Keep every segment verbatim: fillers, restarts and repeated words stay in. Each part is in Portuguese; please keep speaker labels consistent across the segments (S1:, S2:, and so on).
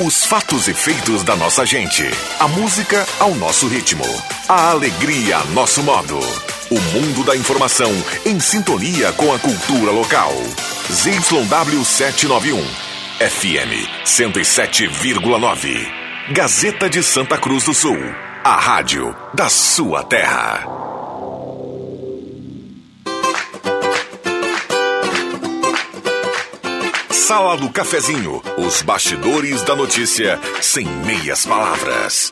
S1: Os fatos e feitos da nossa gente. A música ao nosso ritmo. A alegria a nosso modo. O mundo da informação em sintonia com a cultura local. Z Y W setecentos e noventa e um. F M cento e sete vírgula nove. Gazeta de Santa Cruz do Sul. A rádio da sua terra. Sala do Cafezinho. Os bastidores da notícia sem meias palavras.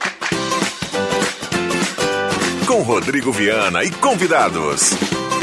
S1: Com Rodrigo Viana e convidados.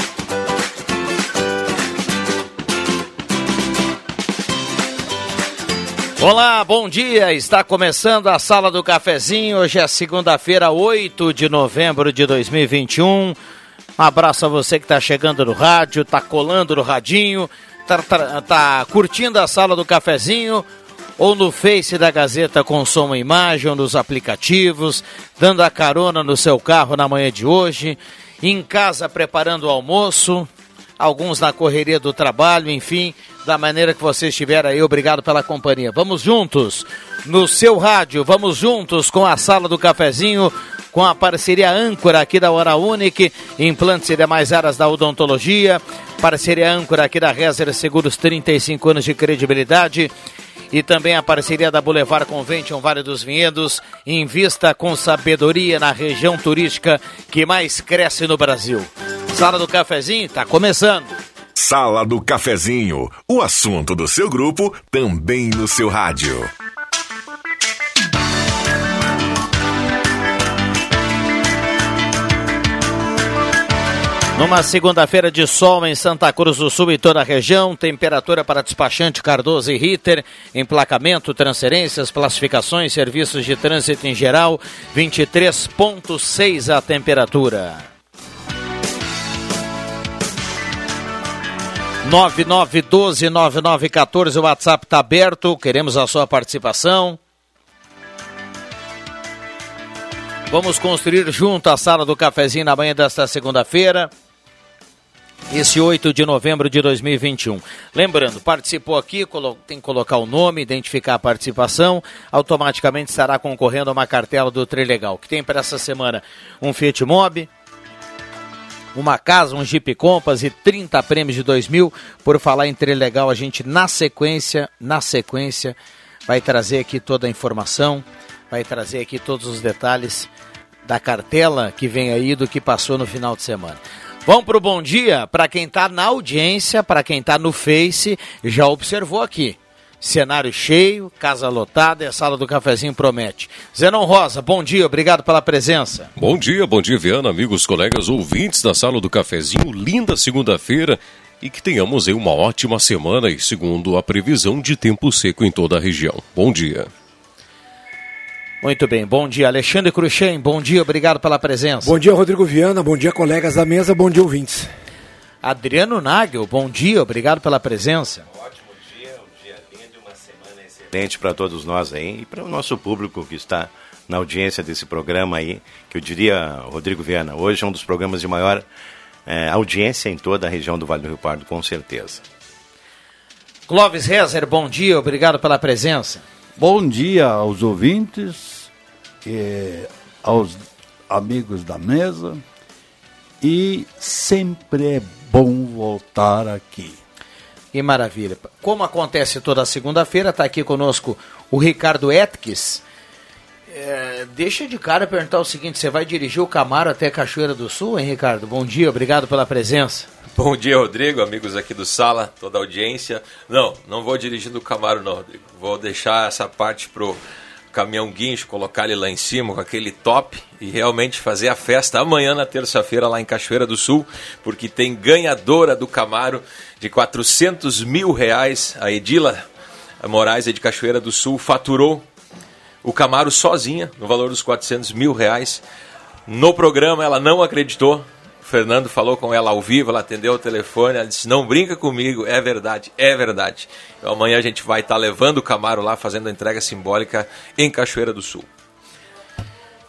S2: Olá, bom dia. Está começando a Sala do Cafezinho. Hoje é segunda-feira, oito de novembro de dois mil e vinte e um. Um abraço a você que está chegando no rádio, está colando no radinho, está tá, tá curtindo a Sala do Cafezinho, ou no Face da Gazeta com som e imagem, ou nos aplicativos, dando a carona no seu carro na manhã de hoje, em casa preparando o almoço, alguns na correria do trabalho, enfim, da maneira que você estiver aí, obrigado pela companhia. Vamos juntos no seu rádio, vamos juntos com a Sala do Cafezinho, com a parceria âncora aqui da Hora Unique, implantes e demais áreas da odontologia, parceria âncora aqui da Rezer Seguros, trinta e cinco anos de credibilidade, e também a parceria da Boulevard Convention Vale dos Vinhedos, invista com sabedoria na região turística que mais cresce no Brasil. Sala do Cafezinho está começando.
S1: Sala do Cafezinho, o assunto do seu grupo também no seu rádio.
S2: Numa segunda-feira de sol em Santa Cruz do Sul e toda a região, temperatura para despachante Cardoso e Ritter, emplacamento, transferências, classificações, serviços de trânsito em geral, vinte e três vírgula seis a temperatura. nove nove um dois nove nove um quatro, o WhatsApp está aberto, queremos a sua participação. Vamos construir junto a Sala do Cafezinho na manhã desta segunda-feira, esse oito de novembro de dois mil e vinte e um. Lembrando, participou aqui, tem que colocar o nome, identificar a participação, automaticamente estará concorrendo a uma cartela do Trilegal, que tem para essa semana um Fiat Mobi, uma casa, um Jeep Compass e trinta prêmios de dois mil. Por falar em Trilegal, a gente na sequência, na sequência, vai trazer aqui toda a informação, vai trazer aqui todos os detalhes da cartela que vem aí do que passou no final de semana. Vamos para o bom dia para quem está na audiência, para quem está no Face, já observou aqui. Cenário cheio, casa lotada e a Sala do Cafezinho promete. Zenon Rosa, bom dia, obrigado pela presença.
S3: Bom dia, bom dia, Viana, amigos, colegas, ouvintes da Sala do Cafezinho. Linda segunda-feira e que tenhamos aí uma ótima semana e segundo a previsão de tempo seco em toda a região. Bom dia.
S2: Muito bem, bom dia, Alexandre Cruxem, bom dia, obrigado pela presença.
S4: Bom dia, Rodrigo Viana, bom dia, colegas da mesa, bom dia, ouvintes.
S2: Adriano Nagel, bom dia, obrigado pela presença.
S5: Ótimo dia, um dia lindo, uma semana excelente para todos nós aí e para o nosso público que está na audiência desse programa aí, que eu diria, Rodrigo Viana, hoje é um dos programas de maior é, audiência em toda a região do Vale do Rio Pardo, com certeza.
S2: Clóvis Rezer, bom dia, obrigado pela presença.
S6: Bom dia aos ouvintes, e aos amigos da mesa, e sempre é bom voltar aqui.
S2: Que maravilha. Como acontece toda segunda-feira, está aqui conosco o Ricardo Etques. É, deixa de cara perguntar o seguinte, você vai dirigir o Camaro até Cachoeira do Sul, hein, Ricardo? Bom dia, obrigado pela presença.
S7: Bom dia, Rodrigo, amigos aqui do Sala, toda a audiência. Não, não vou dirigir do Camaro não, Rodrigo. Vou deixar essa parte pro caminhão guincho, colocar ele lá em cima com aquele top e realmente fazer a festa amanhã na terça-feira lá em Cachoeira do Sul, porque tem ganhadora do Camaro de quatrocentos mil reais, a Edila Moraes de Cachoeira do Sul faturou o Camaro sozinha, no valor dos quatrocentos mil reais. No programa ela não acreditou. O Fernando falou com ela ao vivo, ela atendeu o telefone, ela disse, não brinca comigo, é verdade, é verdade. Então amanhã a gente vai estar levando o Camaro lá, fazendo a entrega simbólica em Cachoeira do Sul.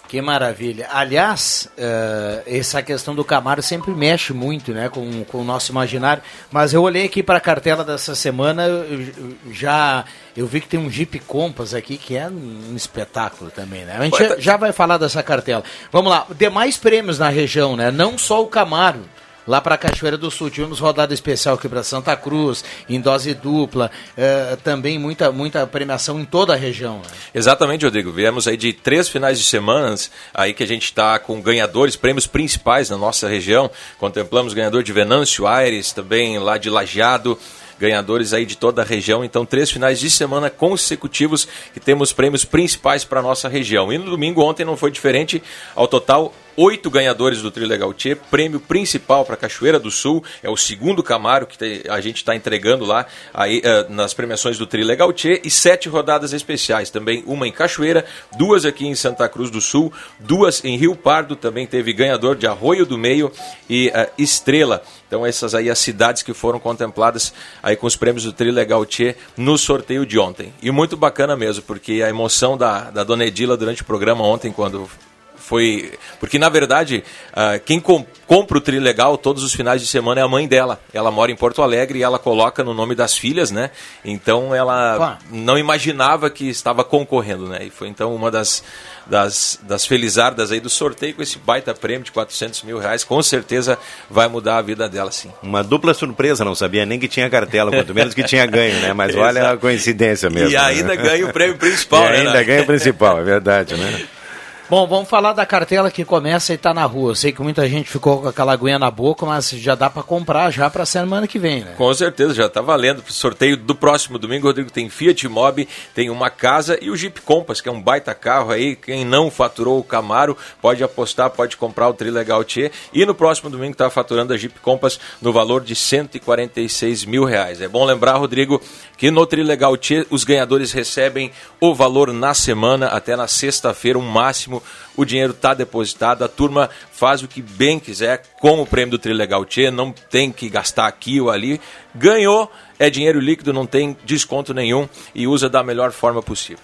S2: Que maravilha. Aliás, uh, essa questão do Camaro sempre mexe muito, né, com, com o nosso imaginário. Mas eu olhei aqui para a cartela dessa semana, eu, eu, já eu vi que tem um Jeep Compass aqui, que é um espetáculo também, né? A gente já, já vai falar dessa cartela. Vamos lá, demais prêmios na região, né? Não só o Camaro. Lá para Cachoeira do Sul, tivemos rodada especial aqui para Santa Cruz, em dose dupla, eh, também muita, muita premiação em toda a região. Né?
S7: Exatamente, Rodrigo. Viemos aí de três finais de semana aí que a gente está com ganhadores, prêmios principais na nossa região. Contemplamos ganhador de Venâncio Aires, também lá de Lajeado, ganhadores aí de toda a região. Então, três finais de semana consecutivos que temos prêmios principais para a nossa região. E no domingo, ontem, não foi diferente. Ao total, oito ganhadores do Trilegal Tchê, prêmio principal para Cachoeira do Sul, é o segundo Camaro que a gente está entregando lá aí, uh, nas premiações do Trilegal Tchê, e sete rodadas especiais, também uma em Cachoeira, duas aqui em Santa Cruz do Sul, duas em Rio Pardo, também teve ganhador de Arroio do Meio e uh, Estrela. Então essas aí as cidades que foram contempladas aí com os prêmios do Trilegal Tchê no sorteio de ontem. E muito bacana mesmo, porque a emoção da, da Dona Edila durante o programa ontem, quando foi... Porque, na verdade, uh, quem com, compra o Trilegal todos os finais de semana é a mãe dela. Ela mora em Porto Alegre e ela coloca no nome das filhas, né? Então, ela Pá. não imaginava que estava concorrendo, né? E foi, então, uma das, das, das felizardas aí do sorteio com esse baita prêmio de quatrocentos mil reais. Com certeza vai mudar a vida dela, sim.
S5: Uma dupla surpresa, não sabia nem que tinha cartela, quanto menos que tinha ganho, né? Mas olha a coincidência mesmo.
S7: E ainda né? ganha o prêmio principal,
S5: e
S7: né?
S5: ainda ganha o principal, é verdade, né?
S2: Bom, vamos falar da cartela que começa e está na rua. Eu sei que muita gente ficou com aquela aguinha na boca, mas já dá para comprar já para a semana que vem, né?
S7: Com certeza, já está valendo. Sorteio do próximo domingo, Rodrigo, tem Fiat Mobi, tem uma casa e o Jeep Compass, que é um baita carro aí. Quem não faturou o Camaro pode apostar, pode comprar o Trilegal Tchê. E no próximo domingo está faturando a Jeep Compass no valor de cento e quarenta e seis mil reais. É bom lembrar, Rodrigo, que no Trilegal Tchê os ganhadores recebem o valor na semana, até na sexta-feira, um máximo. O dinheiro está depositado, a turma faz o que bem quiser com o prêmio do Trilegal Tchê, não tem que gastar aqui ou ali. Ganhou, é dinheiro líquido, não tem desconto nenhum e usa da melhor forma possível.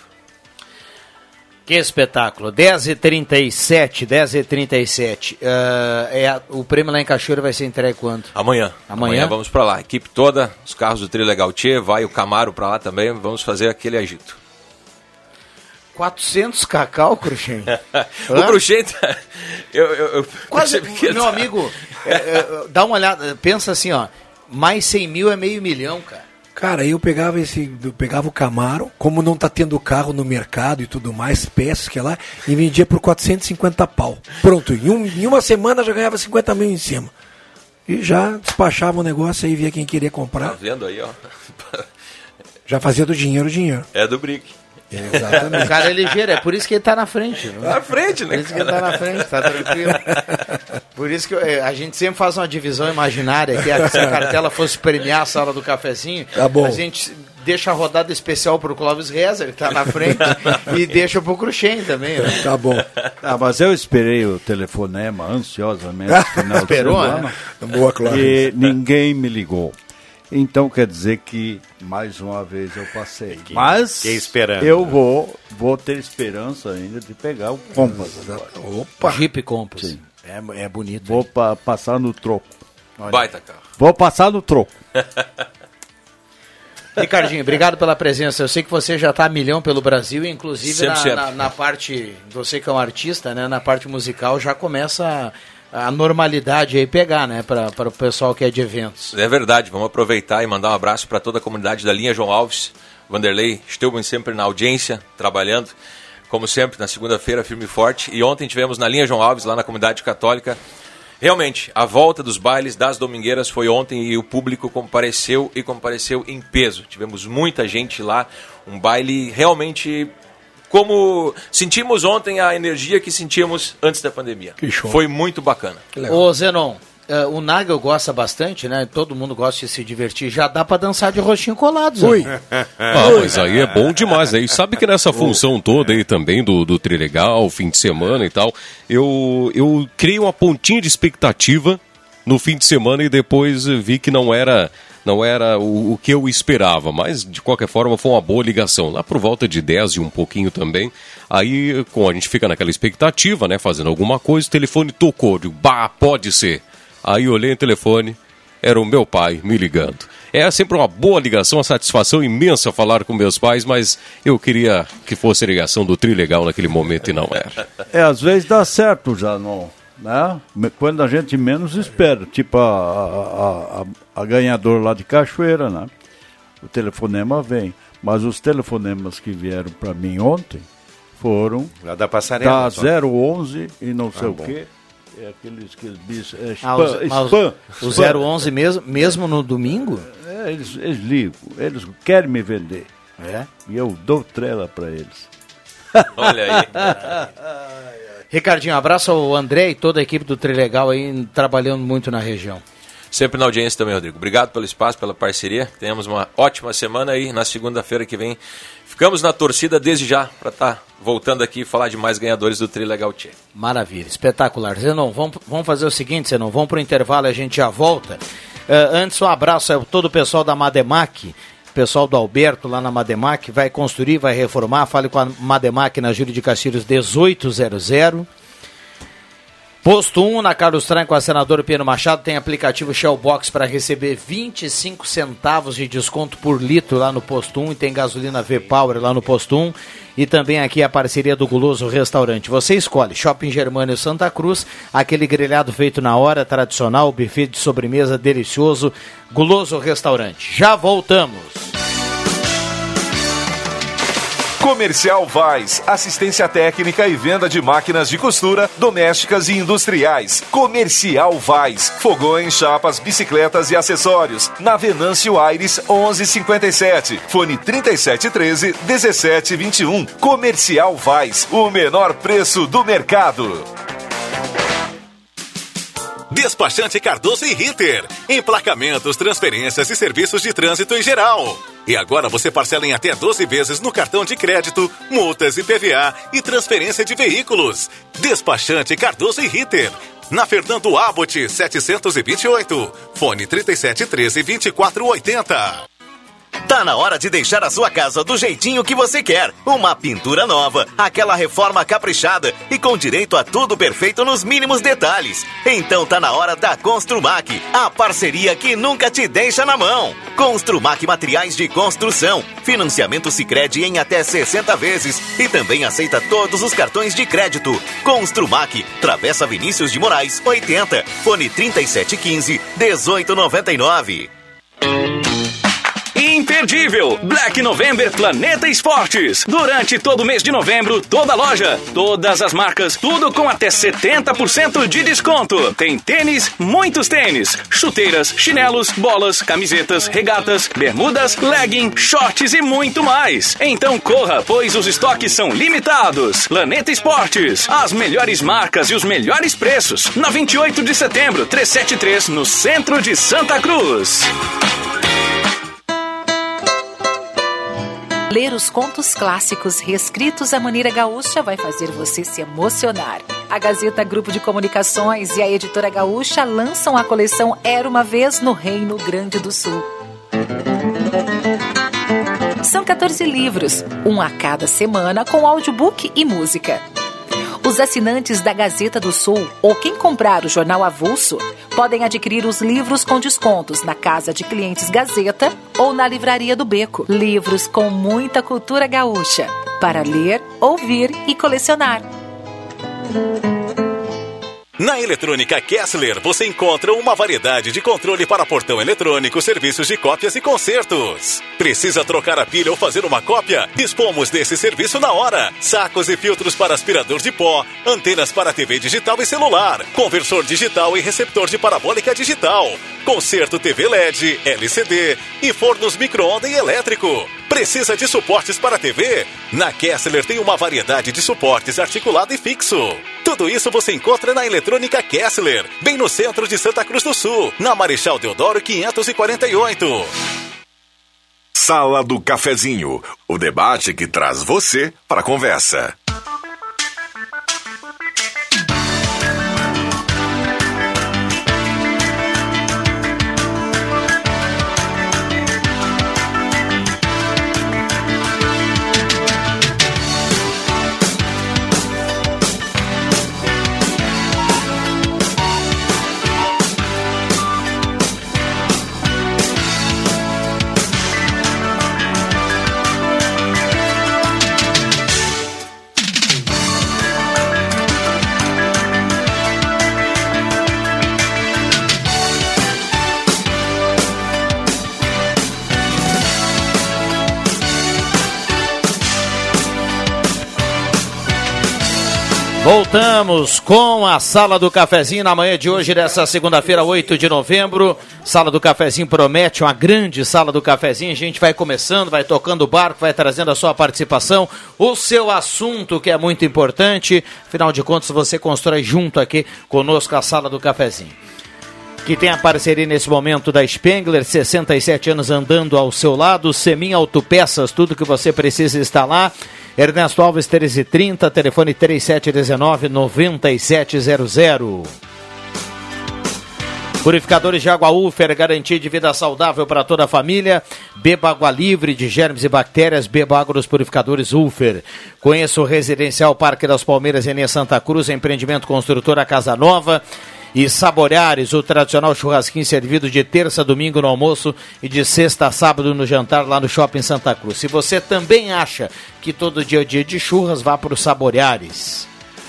S2: Que espetáculo, dez e trinta e sete, dez e trinta e sete, uh, é a, o prêmio lá em Cachoeira vai ser entregue quando?
S7: Amanhã,
S2: amanhã,
S7: amanhã vamos para lá, a equipe toda, os carros do Trilegal Tchê, vai o Camaro para lá também, vamos fazer aquele agito.
S2: quatrocentos cacau, Cruxem?
S7: O Cruxem, eu, eu, eu
S2: quase, meu tá... amigo, é, é, dá uma olhada, pensa assim, ó, mais cem mil é meio milhão, cara.
S4: Cara, eu pegava esse, eu pegava o Camaro, como não tá tendo carro no mercado e tudo mais, peças que é lá, e vendia por quatrocentos e cinquenta pau. Pronto, em, um, em uma semana já ganhava cinquenta mil em cima. E já despachava o negócio aí, via quem queria comprar.
S7: Tá vendo aí, ó.
S4: Já fazia do dinheiro, dinheiro.
S7: É do Brick.
S2: Exatamente. O cara é ligeiro, é por isso que ele tá na frente. Né?
S7: Na frente, né?
S2: Por isso que ele tá na frente, tá tranquilo. Por isso que a gente sempre faz uma divisão imaginária aqui, se a cartela fosse premiar a sala do cafezinho,
S4: tá bom.
S2: A gente deixa a rodada especial pro Clóvis Reza, ele tá na frente, e deixa pro Cruxem também. Né?
S6: Tá bom. Ah, mas eu esperei o telefonema ansiosamente no final
S2: Esperou,
S6: de semana,
S2: né?
S4: Boa, Clóvis.
S6: E ninguém me ligou. Então quer dizer que mais uma vez eu passei.
S5: Que,
S6: Mas
S5: que esperando,
S6: eu
S5: né?
S6: vou, vou ter esperança ainda de pegar o Compass.
S2: Opa! Jeep Compass. É, é bonito.
S6: Vou pa, passar no troco.
S2: Olha.
S7: Baita carro.
S6: Vou passar no troco.
S2: Ricardinho, obrigado pela presença. Eu sei que você já está a milhão pelo Brasil, inclusive na, na, na parte, você que é um artista, né, na parte musical já começa a, a normalidade aí pegar, né, para o pessoal que é de eventos.
S7: É verdade, vamos aproveitar e mandar um abraço para toda a comunidade da linha João Alves, Vanderlei, Stelman sempre na audiência, trabalhando, como sempre, na segunda-feira, firme e forte. E ontem tivemos na linha João Alves, lá na comunidade católica. Realmente, a volta dos bailes das domingueiras foi ontem e o público compareceu e compareceu em peso. Tivemos muita gente lá, um baile realmente como sentimos ontem a energia que sentíamos antes da pandemia.
S4: Que show.
S7: Foi muito bacana.
S2: Ô Zenon, uh, o Nagel gosta bastante, né? Todo mundo gosta de se divertir. Já dá pra dançar de rostinho colado, Zenon.
S4: Ui.
S3: Ah, mas aí é bom demais, né? E sabe que nessa função toda aí também do, do Trilegal, fim de semana e tal, eu, eu criei uma pontinha de expectativa no fim de semana e depois vi que não era não era o, o que eu esperava, mas de qualquer forma foi uma boa ligação. Lá por volta de dez e um pouquinho também, aí com, a gente fica naquela expectativa, né, fazendo alguma coisa, o telefone tocou, eu digo, bah, pode ser. Aí olhei o telefone, era o meu pai me ligando. É sempre uma boa ligação, uma satisfação imensa falar com meus pais, mas eu queria que fosse a ligação do Trilegal naquele momento e não era.
S6: É, às vezes dá certo já, não, né? Quando a gente menos espera, tipo a, a, a, a ganhadora lá de Cachoeira, né? O telefonema vem, mas os telefonemas que vieram para mim ontem foram
S5: lá da Passarela,
S6: da zero onze e não sei ah, o bom. quê. É aqueles, aqueles bichos. É spam,
S2: ah, os,
S6: spam,
S2: spam, o
S6: spam.
S2: zero onze mesmo, mesmo no domingo?
S6: É, eles, eles ligam, eles querem me vender.
S2: É?
S6: E eu dou trela para eles.
S7: Olha aí.
S2: Ricardinho, abraço ao André e toda a equipe do Trilegal aí, trabalhando muito na região.
S7: Sempre na audiência também, Rodrigo. Obrigado pelo espaço, pela parceria. Tenhamos uma ótima semana aí. Na segunda-feira que vem, ficamos na torcida desde já para estar tá voltando aqui e falar de mais ganhadores do Trilegal Tchê.
S2: Maravilha, espetacular. Zenon, vamos, vamos fazer o seguinte, Zenon, vamos para o intervalo e a gente já volta. Uh, antes, um abraço a todo o pessoal da Mademac, pessoal do Alberto lá na Mademac, vai construir, vai reformar. Fale com a Mademac na Júlio de Castilhos dezoito zero zero. Posto um, na Carlos Traem com a senadora Piano Machado, tem aplicativo Shellbox para receber vinte e cinco centavos de desconto por litro lá no Posto um, e tem gasolina V-Power lá no Posto um, e também aqui a parceria do Guloso Restaurante. Você escolhe Shopping Germânio Santa Cruz, aquele grelhado feito na hora, tradicional, buffet de sobremesa delicioso, Guloso Restaurante. Já voltamos!
S1: Comercial Vaz, assistência técnica e venda de máquinas de costura, domésticas e industriais. Comercial Vaz, fogões, chapas, bicicletas e acessórios. Na Venâncio Aires onze cinquenta e sete, fone trinta e sete treze, dezessete vinte e um. Comercial Vaz, o menor preço do mercado.
S8: Despachante Cardoso e Ritter. Emplacamentos, transferências e serviços de trânsito em geral. E agora você parcela em até doze vezes no cartão de crédito, multas, I P V A e transferência de veículos. Despachante Cardoso e Ritter. Na Fernando Abbott, setecentos e vinte e oito. Fone trinta e sete treze, vinte e quatro oitenta.
S9: Tá na hora de deixar a sua casa do jeitinho que você quer. Uma pintura nova, aquela reforma caprichada e com direito a tudo perfeito nos mínimos detalhes. Então tá na hora da Construmac, a parceria que nunca te deixa na mão. Construmac Materiais de Construção, financiamento Sicredi em até sessenta vezes e também aceita todos os cartões de crédito. Construmac, Travessa Vinícius de Moraes, oitenta, fone trinta e sete quinze, dezoito noventa e nove.
S10: Imperdível! Black November Planeta Esportes. Durante todo o mês de novembro, toda loja, todas as marcas, tudo com até setenta por cento de desconto. Tem tênis, muitos tênis, chuteiras, chinelos, bolas, camisetas, regatas, bermudas, legging, shorts e muito mais. Então corra, pois os estoques são limitados. Planeta Esportes, as melhores marcas e os melhores preços. Na vinte e oito de setembro, trezentos e setenta e três, no centro de Santa Cruz.
S11: Ler os contos clássicos reescritos à maneira gaúcha vai fazer você se emocionar. A Gazeta Grupo de Comunicações e a Editora Gaúcha lançam a coleção Era Uma Vez no Reino Grande do Sul. São quatorze livros, um a cada semana com audiobook e música. Os assinantes da Gazeta do Sul ou quem comprar o jornal avulso podem adquirir os livros com descontos na Casa de Clientes Gazeta ou na Livraria do Beco. Livros com muita cultura gaúcha para ler, ouvir e colecionar.
S8: Na Eletrônica Kessler, você encontra uma variedade de controle para portão eletrônico, serviços de cópias e consertos. Precisa trocar a pilha ou fazer uma cópia? Dispomos desse serviço na hora. Sacos e filtros para aspirador de pó, antenas para T V digital e celular, conversor digital e receptor de parabólica digital, conserto T V L E D, L C D e fornos micro-ondas e elétrico. Precisa de suportes para T V? Na Kessler tem uma variedade de suportes articulado e fixo. Tudo isso você encontra na Eletrônica Kessler, bem no centro de Santa Cruz do Sul, na Marechal Deodoro quinhentos e quarenta e oito.
S1: Sala do Cafezinho, o debate que traz você para a conversa.
S2: Voltamos com a Sala do Cafezinho na manhã de hoje, dessa segunda-feira, oito de novembro. Sala do Cafezinho promete uma grande Sala do Cafezinho. A gente vai começando, vai tocando o barco, vai trazendo a sua participação, o seu assunto, que é muito importante. Afinal de contas, você constrói junto aqui conosco a Sala do Cafezinho, que tem a parceria nesse momento da Spengler, sessenta e sete anos andando ao seu lado. Semin Autopeças, tudo que você precisa instalar. Ernesto Alves, treze e trinta, telefone três sete um nove, nove sete zero zero. Purificadores de água Ufer, garantia de vida saudável para toda a família. Beba água livre de germes e bactérias, beba água dos purificadores Ufer. Conheça o Residencial Parque das Palmeiras em Santa Cruz, empreendimento construtora Casa Nova. E Saboreares, o tradicional churrasquinho servido de terça a domingo no almoço e de sexta a sábado no jantar lá no Shopping Santa Cruz. Se você também acha que todo dia é dia de churras, vá para o Saboreares.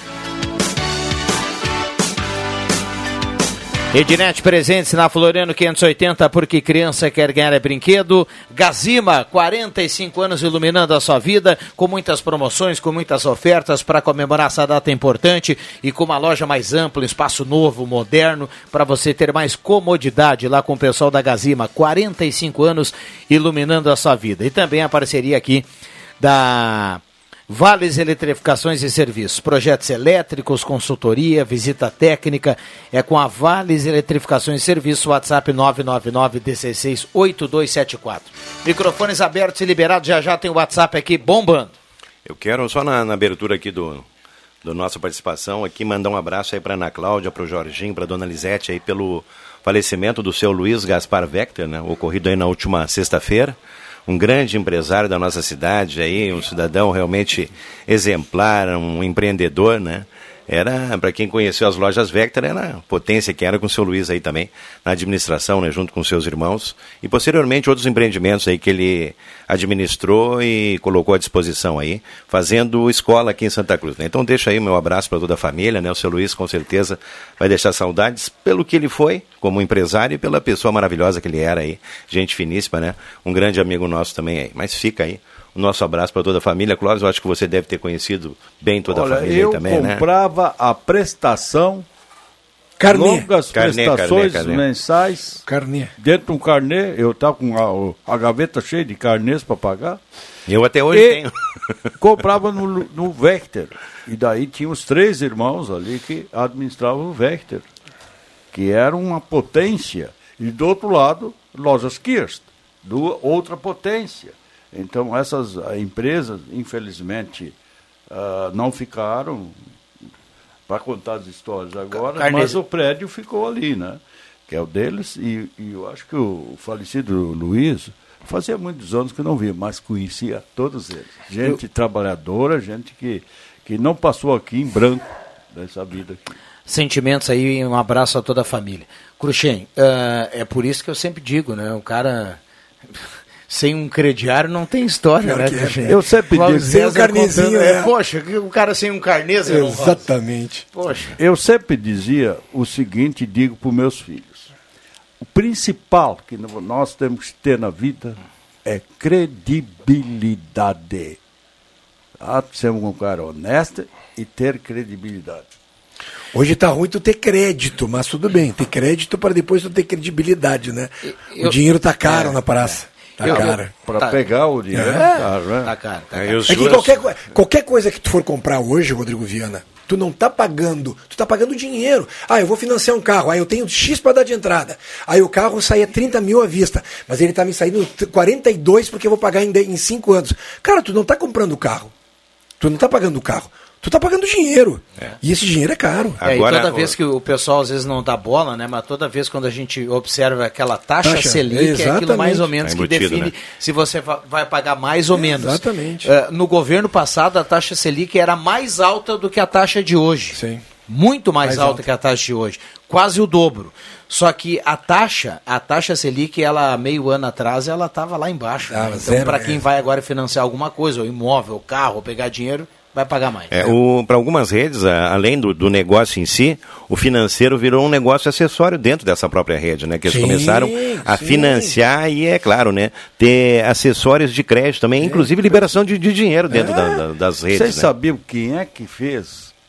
S2: Ednet Presentes na Floriano quinhentos e oitenta, porque criança quer ganhar é brinquedo. Gazima, quarenta e cinco anos iluminando a sua vida, com muitas promoções, com muitas ofertas para comemorar essa data importante e com uma loja mais ampla, um espaço novo, moderno, para você ter mais comodidade lá com o pessoal da Gazima. quarenta e cinco anos iluminando a sua vida. E também a parceria aqui da Vales Eletrificações e Serviços, projetos elétricos, consultoria, visita técnica, é com a Vales Eletrificações e Serviços, WhatsApp nove nove nove um seis oito dois sete quatro. Microfones abertos e liberados, já já tem o WhatsApp aqui bombando.
S5: Eu quero só na, na abertura aqui do, do nossa participação, aqui mandar um abraço aí para Ana Cláudia, para o Jorginho, para a Dona Lisete aí pelo falecimento do seu Luiz Gaspar Vector, né, ocorrido aí na última sexta-feira. Um grande empresário da nossa cidade, aí, um cidadão realmente exemplar, um empreendedor, né? Era, para quem conheceu as lojas Vector, era a potência que era com o seu Luiz aí também, na administração, né, junto com seus irmãos, e posteriormente outros empreendimentos aí que ele administrou e colocou à disposição aí, fazendo escola aqui em Santa Cruz, né? Então deixa aí o meu abraço para toda a família, né? O seu Luiz com certeza vai deixar saudades pelo que ele foi como empresário e pela pessoa maravilhosa que ele era aí, gente finíssima, né? Um grande amigo nosso também aí, mas fica aí o nosso abraço para toda a família. Clóvis, eu acho que você deve ter conhecido bem toda
S6: Olha,
S5: a família
S6: eu
S5: aí também, né?
S6: Eu comprava a prestação,
S4: carnê.
S6: longas
S5: carnê,
S6: prestações
S5: carnê, carnê.
S6: mensais,
S4: Carnê.
S6: dentro de um carnê, eu estava com a, a gaveta cheia de carnês para pagar.
S5: Eu até hoje
S6: e
S5: tenho.
S6: comprava no, no Vector. E daí tinha os três irmãos ali que administravam o Vector, que era uma potência. E do outro lado, lojas Kirst, do, outra potência. Então, essas uh, empresas, infelizmente, uh, não ficaram para contar as histórias agora, Carnes... mas o prédio ficou ali, né? Que é o deles, e, e eu acho que o falecido Luiz fazia muitos anos que não via, mas conhecia todos eles. Gente eu... trabalhadora, gente que, que não passou aqui em branco dessa vida aqui.
S2: Sentimentos aí, um abraço a toda a família. Cruxem, uh, é por isso que eu sempre digo, né? O cara... Sem um crediário não tem história,
S4: Pior
S2: né?
S4: É, eu sempre digo, sem um carnezinho, é.
S2: é. Poxa, o cara sem um carnês é
S4: exatamente.
S2: Poxa.
S6: Eu sempre dizia o seguinte, digo para os meus filhos. O principal que nós temos que ter na vida é credibilidade. Tá? Ser um cara honesto e ter credibilidade.
S4: Hoje está ruim tu ter crédito, mas tudo bem, ter crédito para depois tu ter credibilidade, né? Eu, o dinheiro tá caro é, na praça. É. Tá caro.
S6: Para
S2: tá,
S6: pegar o dinheiro,
S4: é,
S6: é caro, né?
S2: Tá caro. Tá
S4: caro. É, é que qualquer, qualquer coisa que tu for comprar hoje, Rodrigo Viana, tu não tá pagando, tu tá pagando dinheiro. Ah, eu vou financiar um carro, aí eu tenho X para dar de entrada. Aí o carro saía trinta mil à vista, mas ele tá me saindo quarenta e dois porque eu vou pagar em cinco anos. Cara, tu não tá comprando o carro. Tu não tá pagando o carro. Tu tá pagando dinheiro. É. E esse dinheiro é caro.
S2: É, Agora, e toda vez que o pessoal às vezes não dá bola, né? Mas toda vez quando a gente observa aquela taxa, taxa Selic, é aquilo mais ou menos tá embutido, que define, né, se você vai pagar mais ou menos.
S4: Exatamente.
S2: Uh, no governo passado, a taxa Selic era mais alta do que a taxa de hoje.
S4: Sim.
S2: Muito mais,
S4: mais
S2: alta,
S4: alta
S2: que a taxa de hoje. Quase o dobro. Só que a taxa, a taxa Selic, ela meio ano atrás, ela estava lá embaixo. Ah, né? Então, para quem vai agora financiar alguma coisa, ou imóvel, ou carro, ou pegar dinheiro, vai pagar mais.
S5: É, para algumas redes, além do, do negócio em si, o financeiro virou um negócio acessório dentro dessa própria rede, né? Que eles sim, começaram a sim. financiar e, é claro, né, ter acessórios de crédito também, sim. inclusive liberação de, de dinheiro dentro é. da, da, das redes.
S6: Vocês
S5: né?
S6: sabiam quem é que fez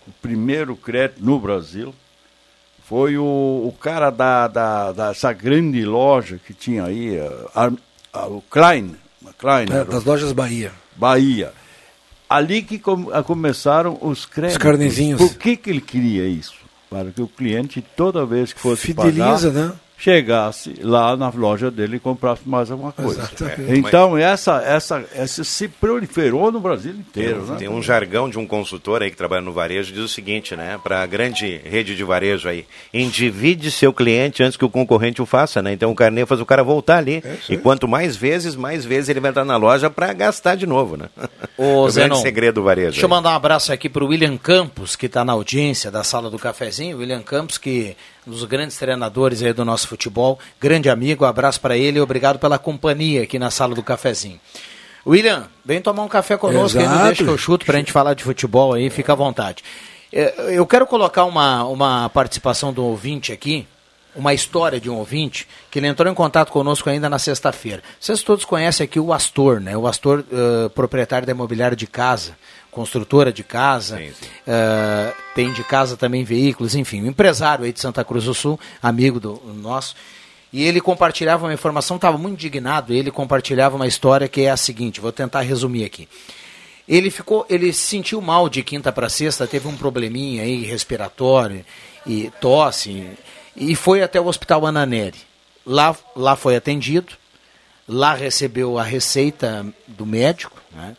S6: o primeiro crédito no Brasil. Foi o, o cara da, da, dessa grande loja que tinha aí, a, a, o Klein. A Klein
S4: é, das lojas Bahia.
S6: Bahia. Ali que com, a começaram os créditos.
S4: Os carnezinhos.
S6: Por que, que ele queria isso? Para que o cliente, toda vez que fosse
S4: Fideliza,
S6: pagar,
S4: né?
S6: chegasse lá na loja dele e comprasse mais alguma coisa.
S4: Exatamente.
S6: Então, essa, essa, essa se proliferou no Brasil inteiro.
S5: Tem,
S6: né?
S5: tem um jargão de um consultor aí que trabalha no varejo, diz o seguinte, né? Para a grande rede de varejo aí, endivide seu cliente antes que o concorrente o faça, né? Então o carnê faz o cara voltar ali. É, e quanto mais vezes, mais vezes ele vai entrar na loja para gastar de novo, né?
S2: O
S5: é o grande segredo do varejo.
S2: Deixa eu
S5: aí.
S2: mandar um abraço aqui para o William Campos, que está na audiência da Sala do Cafezinho. William Campos, que um dos grandes treinadores aí do nosso futebol, grande amigo, abraço para ele e obrigado pela companhia aqui na Sala do Cafezinho. William, vem tomar um café conosco, aí não deixa que eu chuto para a gente falar de futebol aí, fica à vontade. Eu quero colocar uma, uma participação do ouvinte aqui, uma história de um ouvinte, que ele entrou em contato conosco ainda na sexta-feira. Vocês todos conhecem aqui o Astor, né? O Astor, uh, proprietário da imobiliária de casa, construtora de casa, sim, sim. Uh, tem de casa também veículos, enfim, um empresário aí de Santa Cruz do Sul, amigo do nosso, e ele compartilhava uma informação, estava muito indignado, ele compartilhava uma história que é a seguinte, vou tentar resumir aqui. Ele ficou, ele se sentiu mal de quinta para sexta, teve um probleminha aí respiratório e tosse, e foi até o Hospital Ananeri. Lá, lá foi atendido, lá recebeu a receita do médico, né?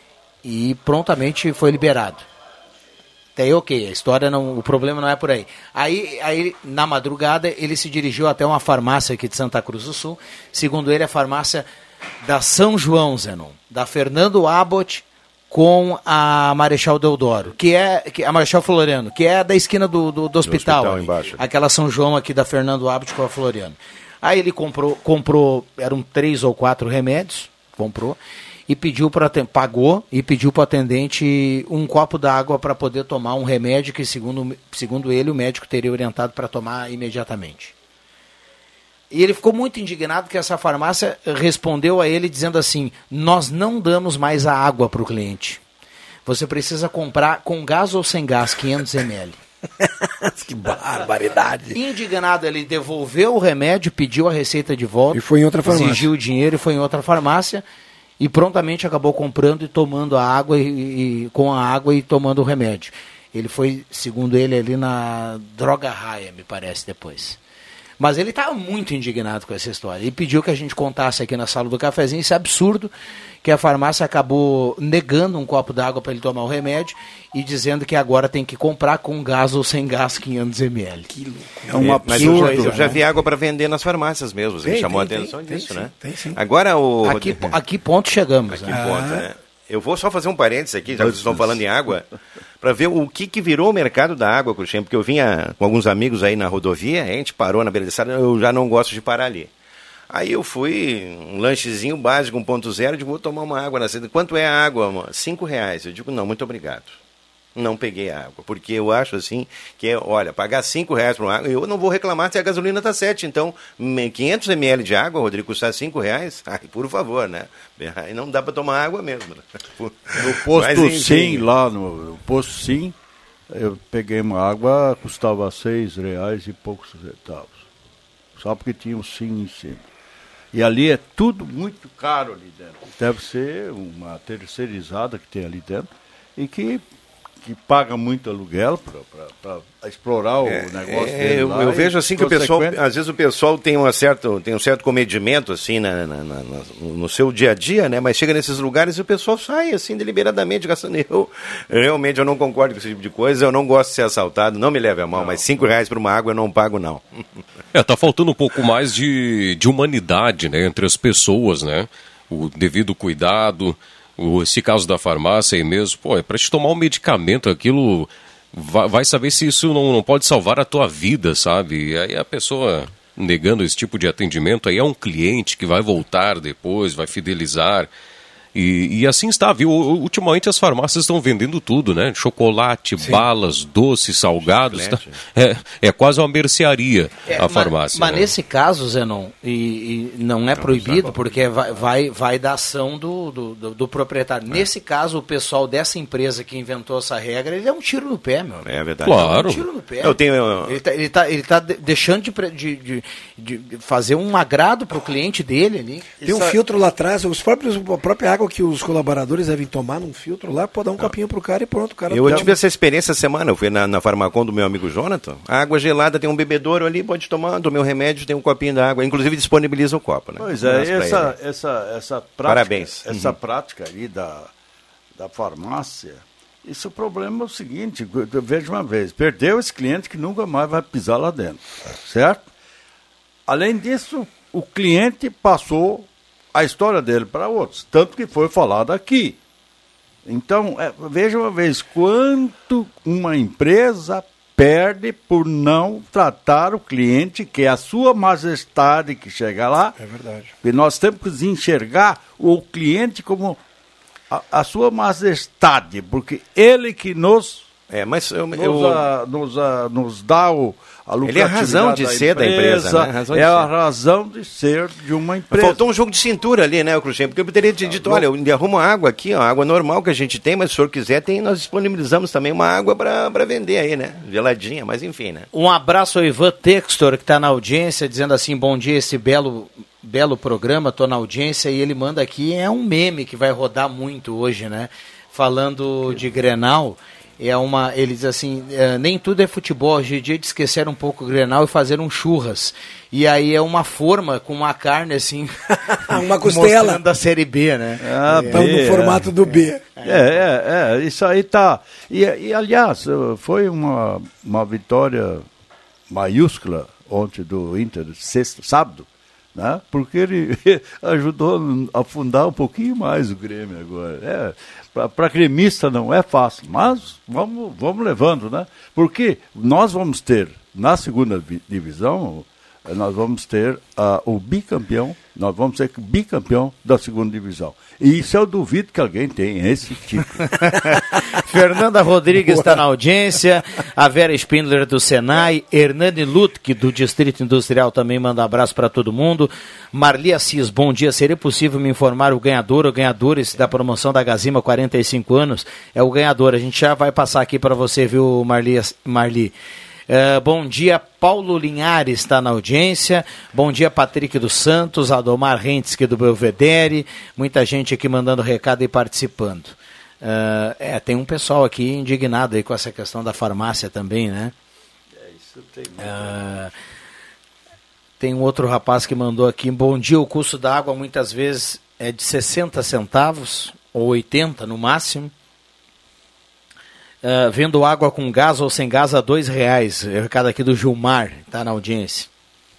S2: E prontamente foi liberado. Até aí, ok, a história não, o problema não é por aí. Aí, aí, na madrugada, ele se dirigiu até uma farmácia aqui de Santa Cruz do Sul, segundo ele, a farmácia da São João, Zenon, da Fernando Abbott com a Marechal Deodoro, que é, que, a Marechal Floriano, que é da esquina do, do, do hospital, do hospital embaixo. Aquela São João aqui da Fernando Abbott com a Floriano. Aí ele comprou, comprou, eram três ou quatro remédios, comprou, e pediu para pagou e pediu para o atendente um copo d'água para poder tomar um remédio que, segundo, segundo ele, o médico teria orientado para tomar imediatamente. E ele ficou muito indignado que essa farmácia respondeu a ele dizendo assim, nós não damos mais a água para o cliente. Você precisa comprar com gás ou sem gás, quinhentos mililitros.
S4: Que barbaridade.
S2: Indignado, ele devolveu o remédio, pediu a receita de volta.
S4: E foi em outra farmácia.
S2: Exigiu o dinheiro e foi em outra farmácia. E prontamente acabou comprando e tomando a água, e, e, com a água e tomando o remédio. Ele foi, segundo ele, ali na Droga Raia, me parece, depois. Mas ele estava muito indignado com essa história. E pediu que a gente contasse aqui na Sala do Cafezinho esse absurdo que a farmácia acabou negando um copo d'água para ele tomar o remédio e dizendo que agora tem que comprar com gás ou sem gás quinhentos mililitros. Que loucura.
S5: É um absurdo. Mas eu já, eu já vi água para vender nas farmácias mesmo. Você tem, chamou tem, a atenção tem, disso, tem, né?
S4: Tem, sim.
S5: Agora o...
S2: Aqui, aqui ponto chegamos.
S5: Aqui
S2: né?
S5: ponto, né? Eu vou só fazer um parênteses aqui, já que vocês estão falando em água, para ver o que, que virou o mercado da água, Cruxem, porque eu vinha com alguns amigos aí na rodovia, a gente parou na beira da estrada, eu já não gosto de parar ali. Aí eu fui, um lanchezinho básico, um ponto zero, digo, vou tomar uma água na cidade. Quanto é a água, amor? Cinco reais. Eu digo, não, muito obrigado. Não peguei a água, porque eu acho assim, que é, olha, pagar cinco reais por uma água, eu não vou reclamar se a gasolina está sete, então quinhentos mililitros de água, Rodrigo, custar cinco reais? Ai, por favor, né? Aí não dá para tomar água mesmo. Né?
S6: No posto Sim, lá no, no posto Sim, eu peguei uma água, custava seis reais e poucos centavos. Só porque tinha o Sim em cima. E ali é tudo muito caro ali dentro. Deve ser uma terceirizada que tem ali dentro e que, que paga muito aluguel para explorar o
S5: é,
S6: negócio
S5: é,
S6: dele
S5: eu,
S6: lá.
S5: Eu vejo assim que o pessoal, às vezes o pessoal tem, uma certo, tem um certo comedimento assim na, na, na, no seu dia a dia, né? Mas chega nesses lugares e o pessoal sai assim deliberadamente gastando. Eu, realmente eu não concordo com esse tipo de coisa, eu não gosto de ser assaltado, não me leve a mal, não, mas cinco reais por uma água eu não pago não.
S3: É, tá faltando um pouco mais de, de humanidade, né, entre as pessoas, né? O devido cuidado, o, esse caso da farmácia aí mesmo, pô, é pra te tomar um medicamento, aquilo, vai, vai saber se isso não, não pode salvar a tua vida, sabe? E aí a pessoa negando esse tipo de atendimento, aí é um cliente que vai voltar depois, vai fidelizar. E, e assim está, viu? Ultimamente as farmácias estão vendendo tudo, né? Chocolate, Sim. balas, doces, salgados. Tá? É, é quase uma mercearia é, a farmácia.
S2: Mas, mas
S3: né?
S2: nesse caso, Zenon, e, e não é não, proibido, porque vai, vai, vai da ação do, do, do, do proprietário. É. Nesse caso, o pessoal dessa empresa que inventou essa regra, ele é um tiro no pé, meu.
S5: É verdade.
S3: Claro.
S2: É um tiro no pé.
S5: Eu tenho... Eu...
S2: Ele está ele tá, ele tá deixando de, de, de, de fazer um agrado para o cliente dele ali.
S4: Tem um Isso filtro lá atrás, os próprios, a própria água que os colaboradores devem tomar num filtro lá, pode dar um copinho pro cara e pronto. O cara
S5: eu tive essa experiência essa semana, eu fui na, na Farmacom do meu amigo Jonathan, a água gelada tem um bebedouro ali, pode tomar, tomei um remédio, tem um copinho da água, inclusive disponibiliza o copo, né?
S6: Pois é, essa, essa, essa prática,
S5: Parabéns.
S6: Essa
S5: uhum.
S6: prática aí da, da farmácia, isso o problema é o seguinte, eu vejo uma vez, perdeu esse cliente que nunca mais vai pisar lá dentro, certo? Além disso, o cliente passou a história dele para outros, tanto que foi falado aqui. Então, é, veja uma vez, quanto uma empresa perde por não tratar o cliente, que é a sua majestade que chega lá.
S4: É verdade.
S6: E nós temos que enxergar o cliente como a, a sua majestade, porque ele que nos...
S5: É, mas eu,
S6: nos,
S5: eu...
S6: a, nos, a, nos dá o, a lucratividade.
S5: Ele é a razão de ser da empresa, né? Razão
S6: é
S5: a
S6: ser. razão de ser de uma empresa.
S5: Faltou um jogo de cintura ali, né, Cruxem? Porque eu poderia ter dito, olha, eu arrumo água aqui, ó, água normal que a gente tem, mas se o senhor quiser, tem, nós disponibilizamos também uma água para vender aí, né? Geladinha, mas enfim, né?
S2: Um abraço ao Ivan Textor, que está na audiência, dizendo assim, bom dia, esse belo... belo programa, tô na audiência, e ele manda aqui, é um meme que vai rodar muito hoje, né? Falando de Grenal, é uma, ele diz assim, é, nem tudo é futebol, hoje é dia de esquecer um pouco o Grenal e fazer um churras. E aí é uma forma com uma carne assim,
S4: uma costela
S2: da Série B, né?
S6: Ah,
S4: é, B, no formato do B.
S6: É, é, é, isso aí tá. E, e aliás, foi uma, uma vitória maiúscula ontem do Inter, sexto, sábado. Né? Porque ele ajudou a afundar um pouquinho mais o Grêmio agora. É, para gremista não é fácil, mas vamos, vamos levando, né? Porque nós vamos ter, na segunda divisão, nós vamos ter uh, o bicampeão, nós vamos ser bicampeão da segunda divisão. E isso eu duvido que alguém tenha esse tipo.
S2: Fernanda Rodrigues está na audiência, a Vera Spindler do Senai, Hernani Lutke do Distrito Industrial também manda abraço para todo mundo. Marli Assis, bom dia, seria possível me informar o ganhador ou ganhadores da promoção da Gazima quarenta e cinco anos? É o ganhador, a gente já vai passar aqui para você, viu, Marli? Marli. Uh, bom dia, Paulo Linhares está na audiência, bom dia, Patrick dos Santos, Adomar Rentzke do Belvedere, muita gente aqui mandando recado e participando. Uh, é, tem um pessoal aqui indignado aí com essa questão da farmácia também, né?
S6: É, isso tem muito.
S2: Uh, tem um outro rapaz que mandou aqui, bom dia, o custo da água muitas vezes é de sessenta centavos, ou oitenta no máximo. Uh, vendo água com gás ou sem gás a dois reais. É o recado aqui do Gilmar, está na audiência.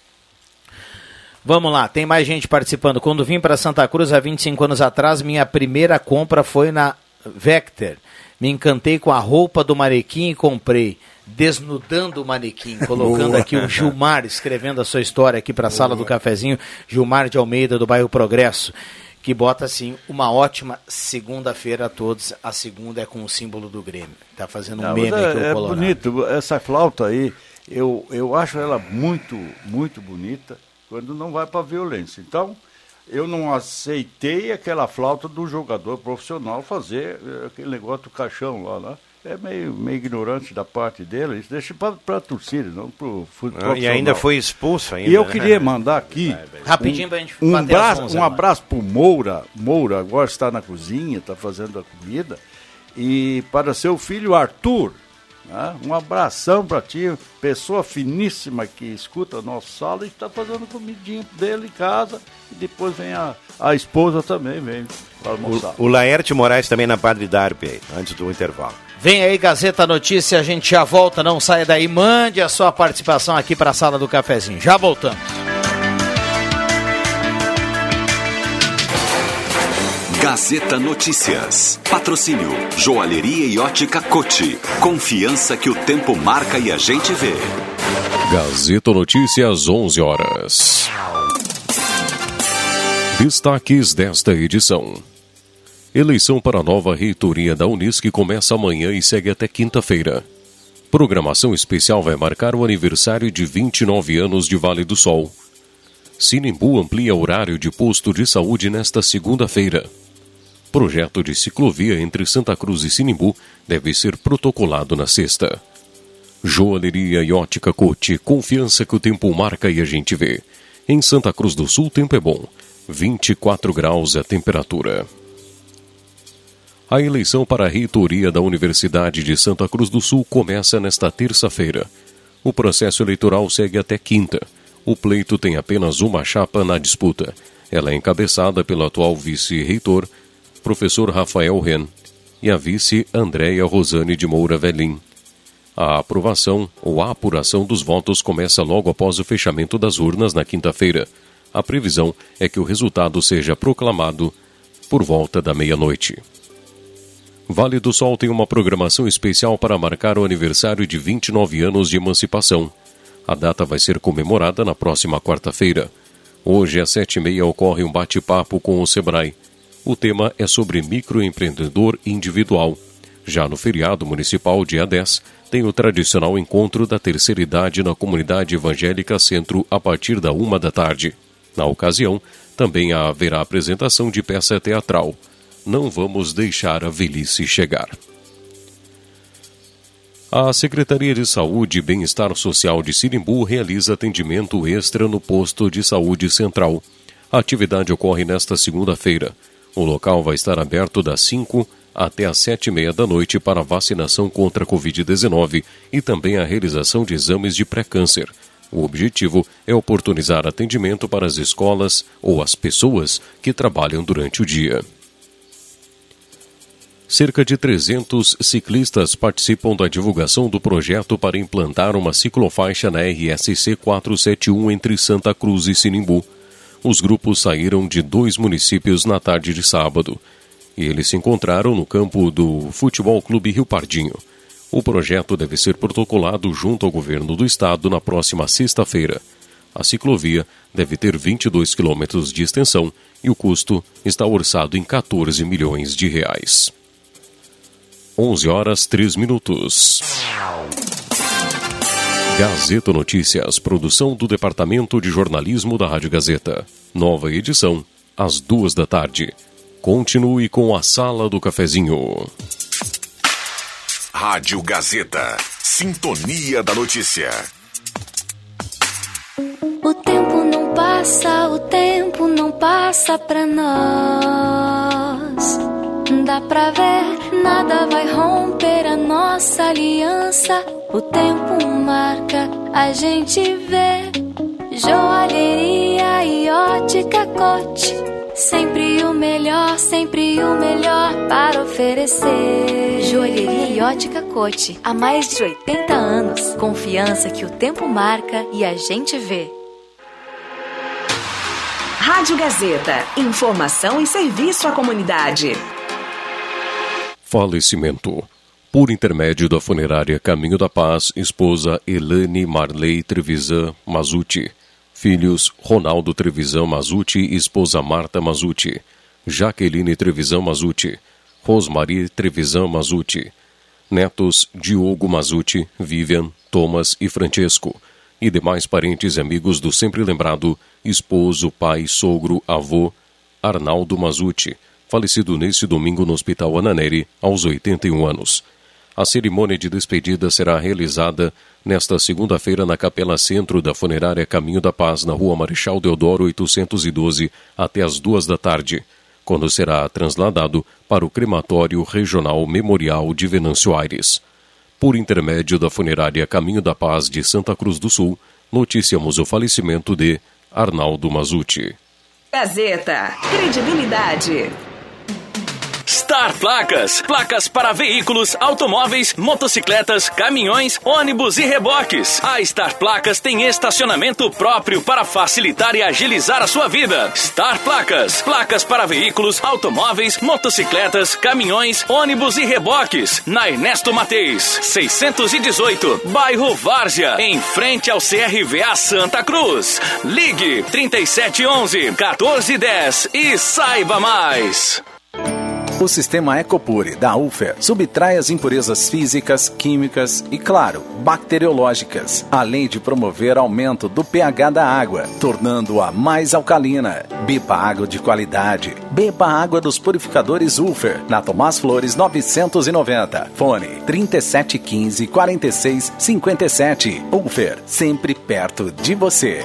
S2: Vamos lá, tem mais gente participando. Quando vim para Santa Cruz há vinte e cinco anos atrás, minha primeira compra foi na Vector. Me encantei com a roupa do manequim e comprei. Desnudando o manequim, colocando aqui o Gilmar, escrevendo a sua história aqui para a sala do cafezinho. Gilmar de Almeida, do bairro Progresso. Que bota assim, uma ótima segunda-feira a todos. A segunda é com o símbolo do Grêmio. Tá fazendo um Não, meme
S6: é,
S2: aqui o
S6: é
S2: Colorado.
S6: Bonito, essa flauta aí, eu, eu acho ela muito, muito bonita quando não vai para violência. Então, eu não aceitei aquela flauta do jogador profissional fazer aquele negócio do caixão lá, né? É meio, meio ignorante da parte dele, isso deixa para a torcida, não para o futebol.
S5: E ainda foi expulso ainda.
S6: E eu queria mandar aqui
S2: rapidinho um, pra gente
S6: um,
S2: bater
S6: abraço,
S2: onze,
S6: um abraço para o Moura. Moura agora está na cozinha, está fazendo a comida. E para seu filho Arthur, né? Um abração para ti, pessoa finíssima que escuta a nossa sala e está fazendo comidinha dele em casa. E depois vem a, a esposa também, vem para almoçar.
S5: O, o Laerte Moraes também na Padre Darpe aí, antes do intervalo.
S2: Vem aí, Gazeta Notícia, a gente já volta, não saia daí, mande a sua participação aqui para a sala do cafezinho. Já voltamos.
S12: Gazeta Notícias. Patrocínio Joalheria e Ótica Cote. Confiança que o tempo marca e a gente vê.
S3: Gazeta Notícias, onze horas. Destaques desta edição. Eleição para a nova reitoria da Unisc começa amanhã e segue até quinta-feira. Programação especial vai marcar o aniversário de vinte e nove anos de Vale do Sol. Sinimbu amplia horário de posto de saúde nesta segunda-feira. Projeto de ciclovia entre Santa Cruz e Sinimbu deve ser protocolado na sexta. Joalheria e ótica Cote, confiança que o tempo marca e a gente vê. Em Santa Cruz do Sul, o tempo é bom. vinte e quatro graus a temperatura. A eleição para a reitoria da Universidade de Santa Cruz do Sul começa nesta terça-feira. O processo eleitoral segue até quinta. O pleito tem apenas uma chapa na disputa. Ela é encabeçada pelo atual vice-reitor, professor Rafael Ren, e a vice Andréia Rosane de Moura Velim. A aprovação ou a apuração dos votos começa logo após o fechamento das urnas na quinta-feira. A previsão é que o resultado seja proclamado por volta da meia-noite. Vale do Sol tem uma programação especial para marcar o aniversário de vinte e nove anos de emancipação. A data vai ser comemorada na próxima quarta-feira. Hoje, às sete e meia, ocorre um bate-papo com o Sebrae. O tema é sobre microempreendedor individual. Já no feriado municipal, dia dez, tem o tradicional encontro da terceira idade na comunidade evangélica Centro a partir da uma da tarde. Na ocasião, também haverá apresentação de peça teatral. Não vamos deixar a velhice chegar. A Secretaria de Saúde e Bem-Estar Social de Sinimbu realiza atendimento extra no posto de saúde central. A atividade ocorre nesta segunda-feira. O local vai estar aberto das cinco até às sete e meia da noite para vacinação contra a covid dezenove e também a realização de exames de pré-câncer. O objetivo é oportunizar atendimento para as escolas ou as pessoas que trabalham durante o dia. Cerca de trezentos ciclistas participam da divulgação do projeto para implantar uma ciclofaixa na R S C quatrocentos e setenta e um entre Santa Cruz e Sinimbu. Os grupos saíram de dois municípios na tarde de sábado e eles se encontraram no campo do Futebol Clube Rio Pardinho. O projeto deve ser protocolado junto ao governo do estado na próxima sexta-feira. A ciclovia deve ter vinte e dois quilômetros de extensão e o custo está orçado em quatorze milhões de reais. onze horas, três minutos. Gazeta Notícias, produção do Departamento de Jornalismo da Rádio Gazeta. Nova edição, às duas da tarde. Continue com a Sala do Cafezinho.
S1: Rádio Gazeta. Sintonia da Notícia.
S13: O tempo não passa, o tempo não passa pra nós. Dá pra ver, nada vai romper a nossa aliança. O tempo marca, a gente vê. Joalheria e ótica Cote. Sempre o melhor, sempre o melhor para oferecer. Joalheria e ótica Cote. Há mais de oitenta anos. Confiança que o tempo marca e a gente vê.
S11: Rádio Gazeta. Informação e serviço à comunidade.
S3: Falecimento. Por intermédio da funerária Caminho da Paz, esposa Elane Marley Trevisan Mazuti. Filhos Ronaldo Trevisan Mazuti e esposa Marta Mazuti. Jaqueline Trevisan Mazuti. Rosmarie Trevisan Mazuti. Netos Diogo Mazuti, Vivian, Thomas e Francesco. E demais parentes e amigos do sempre lembrado esposo, pai, sogro, avô Arnaldo Mazuti, falecido neste domingo no Hospital Ananeri, aos oitenta e um anos. A cerimônia de despedida será realizada nesta segunda-feira na Capela Centro da Funerária Caminho da Paz, na Rua Marechal Deodoro oitocentos e doze, até as duas da tarde, quando será trasladado para o Crematório Regional Memorial de Venâncio Aires. Por intermédio da Funerária Caminho da Paz de Santa Cruz do Sul, noticiamos o falecimento de Arnaldo Mazuti.
S11: Gazeta. Credibilidade. Star Placas. Placas para veículos, automóveis, motocicletas, caminhões, ônibus e reboques. A Star Placas tem estacionamento próprio para facilitar e agilizar a sua vida. Star Placas. Placas para veículos, automóveis, motocicletas, caminhões, ônibus e reboques. Na Ernesto Mateis, seiscentos e dezoito, bairro Várzea, em frente ao C R V A Santa Cruz. Ligue trinta e sete onze, quatorze dez e saiba mais.
S14: O sistema Ecopure da Ulfer subtrai as impurezas físicas, químicas e, claro, bacteriológicas, além de promover aumento do pH da água, tornando-a mais alcalina. Beba água de qualidade. Beba água dos purificadores Ulfer, na Tomás Flores novecentos e noventa. Fone trinta e sete quinze, quarenta e seis, cinquenta e sete. Ulfer, sempre perto de você.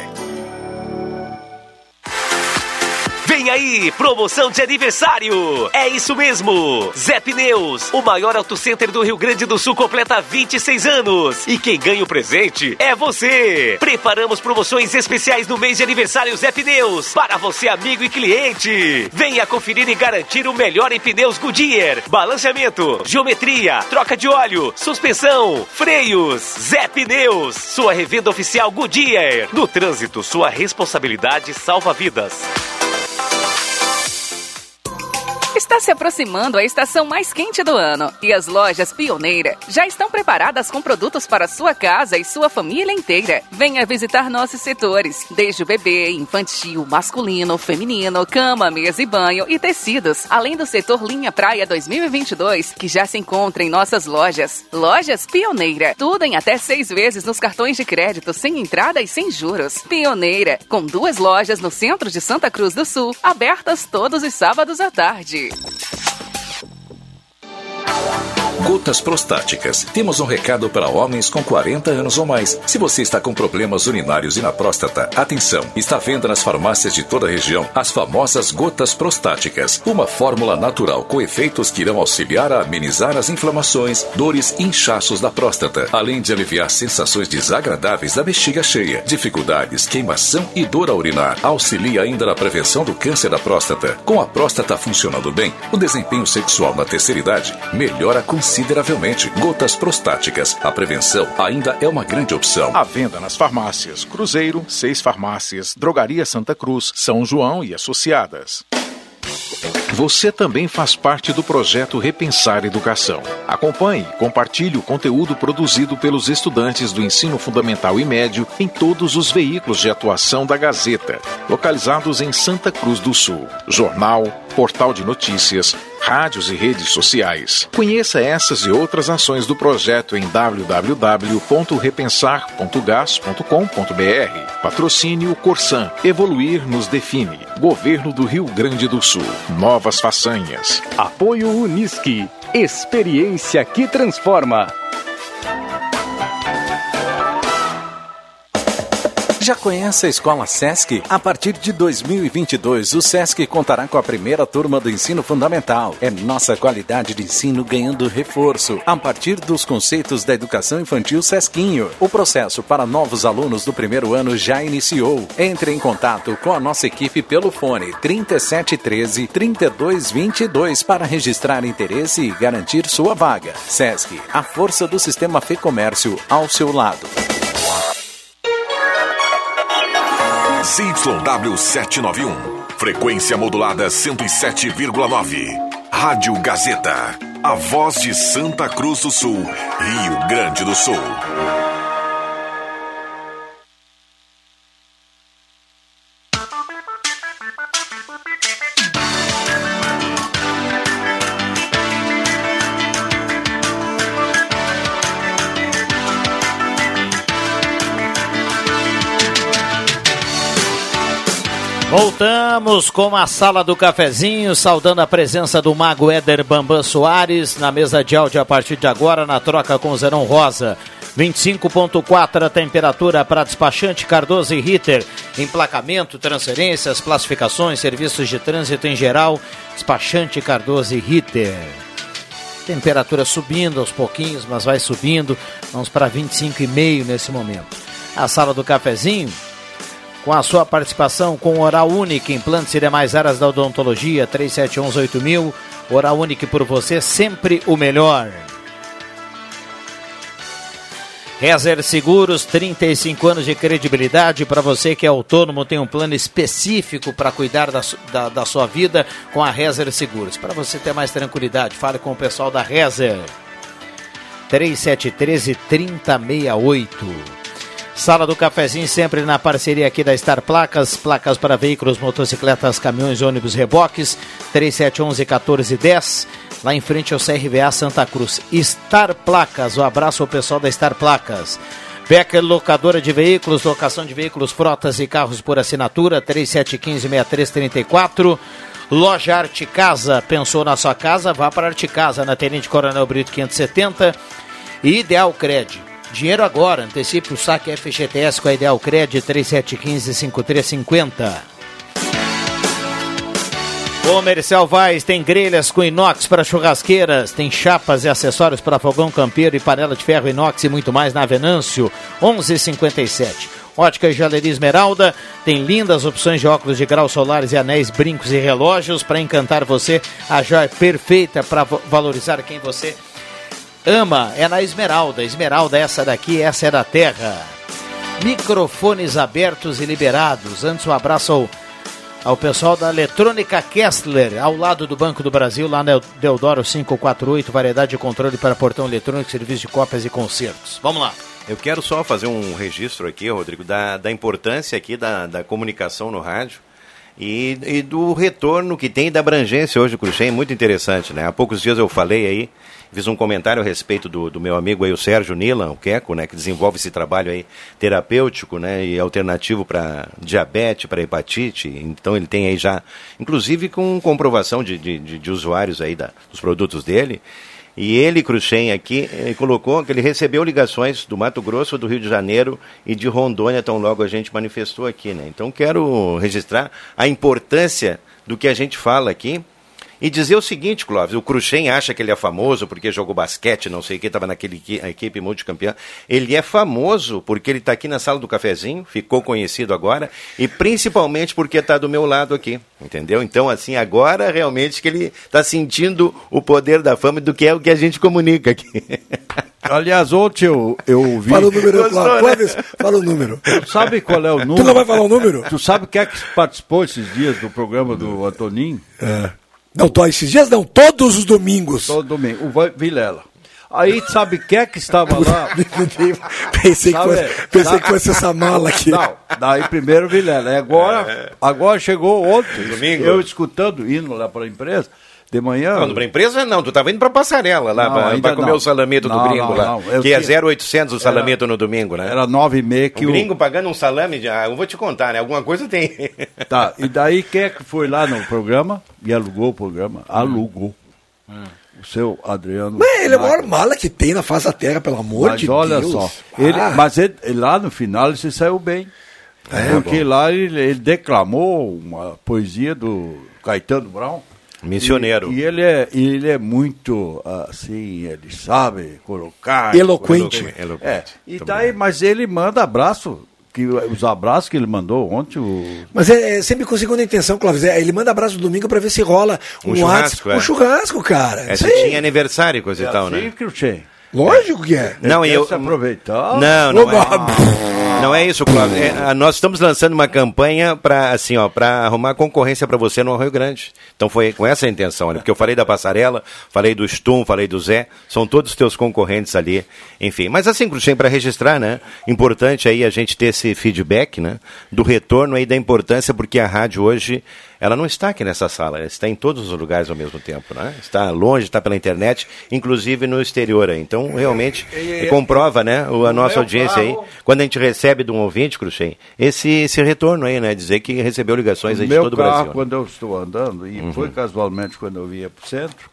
S15: Vem aí, promoção de aniversário! É isso mesmo! Zé Pneus, o maior auto center do Rio Grande do Sul, completa vinte e seis anos. E quem ganha o presente é você! Preparamos promoções especiais no mês de aniversário Zé Pneus, para você, amigo e cliente! Venha conferir e garantir o melhor em pneus Goodyear, balanceamento, geometria, troca de óleo, suspensão, freios. Zé Pneus, sua revenda oficial Goodyear. No trânsito, sua responsabilidade salva vidas.
S16: Está se aproximando a estação mais quente do ano e as lojas Pioneira já estão preparadas com produtos para sua casa e sua família inteira. Venha visitar nossos setores, desde o bebê, infantil, masculino, feminino, cama, mesa e banho e tecidos, além do setor Linha Praia dois mil e vinte e dois, que já se encontra em nossas lojas. Lojas Pioneira, tudo em até seis vezes nos cartões de crédito, sem entrada e sem juros. Pioneira, com duas lojas no centro de Santa Cruz do Sul, abertas todos os sábados à tarde.
S17: Gotas prostáticas. Temos um recado para homens com quarenta anos ou mais. Se você está com problemas urinários e na próstata, atenção, está à venda nas farmácias de toda a região as famosas gotas prostáticas. Uma fórmula natural com efeitos que irão auxiliar a amenizar as inflamações, dores e inchaços da próstata, além de aliviar sensações desagradáveis da bexiga cheia, dificuldades, queimação e dor ao urinar. Auxilia ainda na prevenção do câncer da próstata. Com a próstata funcionando bem, o desempenho sexual na terceira idade melhora consideravelmente. Gotas prostáticas. A prevenção ainda é uma grande opção.
S18: À venda nas farmácias Cruzeiro, seis farmácias, Drogaria Santa Cruz, São João e Associadas. Você também faz parte do projeto Repensar Educação. Acompanhe e compartilhe o conteúdo produzido pelos estudantes do ensino fundamental e médio em todos os veículos de atuação da Gazeta, localizados em Santa Cruz do Sul. Jornal, portal de notícias, rádios e redes sociais. Conheça essas e outras ações do projeto em w w w ponto repensar ponto gas ponto com ponto b r. Patrocínio Corsan. Evoluir nos define. Governo do Rio Grande do Sul. Novas façanhas.
S19: Apoio Unisque. Experiência que transforma.
S14: Já conhece a Escola Sesc? A partir de dois mil e vinte e dois, o Sesc contará com a primeira turma do ensino fundamental. É nossa qualidade de ensino ganhando reforço, a partir dos conceitos da educação infantil Sesquinho. O processo para novos alunos do primeiro ano já iniciou. Entre em contato com a nossa equipe pelo fone trinta e sete treze, trinta e dois vinte e dois para registrar interesse e garantir sua vaga. Sesc, a força do sistema Fê Comércio ao seu lado.
S1: Z Y W setecentos e noventa e um, frequência modulada cento e sete vírgula nove. Rádio Gazeta, a voz de Santa Cruz do Sul, Rio Grande do Sul.
S2: Voltamos com a Sala do Cafezinho, saudando a presença do Mago Éder Bambam Soares na mesa de áudio a partir de agora, na troca com o Zerão Rosa. vinte e cinco vírgula quatro a temperatura para despachante Cardoso e Ritter. Emplacamento, transferências, classificações, serviços de trânsito em geral. Despachante Cardoso e Ritter. Temperatura subindo aos pouquinhos, mas vai subindo. Vamos para vinte e cinco vírgula cinco nesse momento. A Sala do Cafezinho, com a sua participação com Oral Unique, implantes e demais áreas da odontologia, três sete um um oito mil. Oral Unique, por você, sempre o melhor. Rezer Seguros, trinta e cinco anos de credibilidade. Para você que é autônomo, tem um plano específico para cuidar da, da, da sua vida com a Rezer Seguros. Para você ter mais tranquilidade, fale com o pessoal da Rezer. três sete um três, três zero seis oito. Sala do Cafezinho sempre na parceria aqui da Star Placas, placas para veículos, motocicletas, caminhões, ônibus, reboques, trinta e sete onze, quatorze dez, lá em frente ao C R V A Santa Cruz. Star Placas, um abraço ao pessoal da Star Placas. Becker Locadora de Veículos, locação de veículos, frotas e carros por assinatura, trinta e sete quinze, sessenta e três trinta e quatro. Loja Arte Casa, pensou na sua casa? Vá para Arte Casa, na Tenente Coronel Brito quinhentos e setenta. E Ideal Cred. Dinheiro agora, antecipe o saque F G T S com a Ideal Cred, trinta e sete quinze, cinquenta e três cinquenta. Comercial Vaz tem grelhas com inox para churrasqueiras, tem chapas e acessórios para fogão campeiro e panela de ferro inox e muito mais na Venâncio, onze cinquenta e sete. Ótica e Joalheria Esmeralda tem lindas opções de óculos de grau solares e anéis, brincos e relógios para encantar você. A joia perfeita para valorizar quem você ama é na Esmeralda. Esmeralda, essa daqui, essa é da terra. Microfones abertos e liberados. Antes, um abraço ao, ao pessoal da Eletrônica Kessler, ao lado do Banco do Brasil, lá na Deodoro quinhentos e quarenta e oito, variedade de controle para portão eletrônico, serviço de cópias e concertos. Vamos lá.
S5: Eu quero só fazer um registro aqui, Rodrigo, da, da importância aqui da, da comunicação no rádio e, e do retorno que tem da abrangência hoje, Cruxem, muito interessante, né? Há poucos dias eu falei aí, fiz um comentário a respeito do, do meu amigo aí, o Sérgio Nilan, o Queco, né, que desenvolve esse trabalho aí terapêutico, né, e alternativo para diabetes, para hepatite. Então ele tem aí já, inclusive com comprovação de, de, de, de usuários aí da, dos produtos dele. E ele, Cruxem, aqui, ele colocou que ele recebeu ligações do Mato Grosso, do Rio de Janeiro e de Rondônia, tão logo a gente manifestou aqui, né? Então quero registrar a importância do que a gente fala aqui e dizer o seguinte, Clóvis, o Cruxem acha que ele é famoso porque jogou basquete, não sei o que, estava naquele a equipe multicampeã. Ele é famoso porque ele está aqui na Sala do Cafezinho, ficou conhecido agora, e principalmente porque está do meu lado aqui, entendeu? Então, assim, agora realmente que ele está sentindo o poder da fama do que é o que a gente comunica aqui.
S6: Aliás, ontem eu, eu ouvi...
S4: Fala o número, Clóvis, fala o número.
S6: Tu sabe qual é o número?
S4: Tu não vai falar o número?
S6: Tu sabe quem é que participou esses dias do programa do Antoninho?
S4: É. Não, tô, esses dias não, todos os domingos.
S6: Todo domingo, o Vilela. Aí, sabe quem é que estava lá?
S4: pensei
S6: sabe,
S4: que fosse, pensei sabe, que fosse essa mala aqui.
S6: Não, daí primeiro o Vilela. E agora, é. agora chegou ontem, domingo. Eu escutando, indo lá para a empresa, de manhã...
S5: Não, para a empresa não, tu estava indo para a passarela lá, para comer não. o salamito do não, gringo não, lá. Não, que tinha... é zero oitocentos o salamito era, no domingo, né?
S6: Era nove e meia que
S5: o... gringo o... pagando um salame, de... ah, eu vou te contar, né? Alguma coisa tem.
S6: Tá, e daí quem é que foi lá no programa e alugou o programa? Alugou. Hum. O seu Adriano...
S4: Mas ele é a maior mala que tem na face da terra, pelo amor
S6: mas
S4: de
S6: olha
S4: Deus.
S6: Só, ele, ah. Mas ele, lá no final ele se saiu bem. É, porque bom. lá ele, ele declamou uma poesia do Caetano Brown.
S5: Missioneiro.
S6: E, e ele, é, ele é muito, assim, ele sabe colocar...
S4: Eloquente.
S6: Eloquente. Eloquente. É, e daí, mas ele manda abraço, que, os abraços que ele mandou ontem... O...
S4: Mas é, é sempre com segunda intenção, Clóvis, é, ele manda abraço no domingo para ver se rola um, um churrasco, é. um churrasco, cara.
S5: É, se tinha aniversário, coisa
S6: é
S5: e tal,
S6: assim,
S5: né?
S6: Que eu tinha.
S4: Lógico que é.
S5: Não,
S6: ele
S5: eu
S6: se aproveitar.
S5: Não, não é. Não é isso, Cláudio. É, nós estamos lançando uma campanha para assim, ó, para arrumar concorrência para você no Rio Grande. Então foi com essa intenção, né? Porque eu falei da Passarela, falei do Stum, falei do Zé, são todos teus concorrentes ali, enfim. Mas assim, Cruxem, para registrar, né? Importante aí a gente ter esse feedback, né? Do retorno aí da importância, porque a rádio hoje ela não está aqui nessa sala, ela está em todos os lugares ao mesmo tempo, né? Está longe, está pela internet, inclusive no exterior aí. Então, realmente, e, e, comprova, né, a nossa audiência carro, aí, quando a gente recebe de um ouvinte, Cruxem, esse, esse retorno aí, né? Dizer que recebeu ligações aí de todo o Brasil.
S6: Meu carro, quando eu estou andando, e uhum. foi casualmente quando eu vinha para o centro,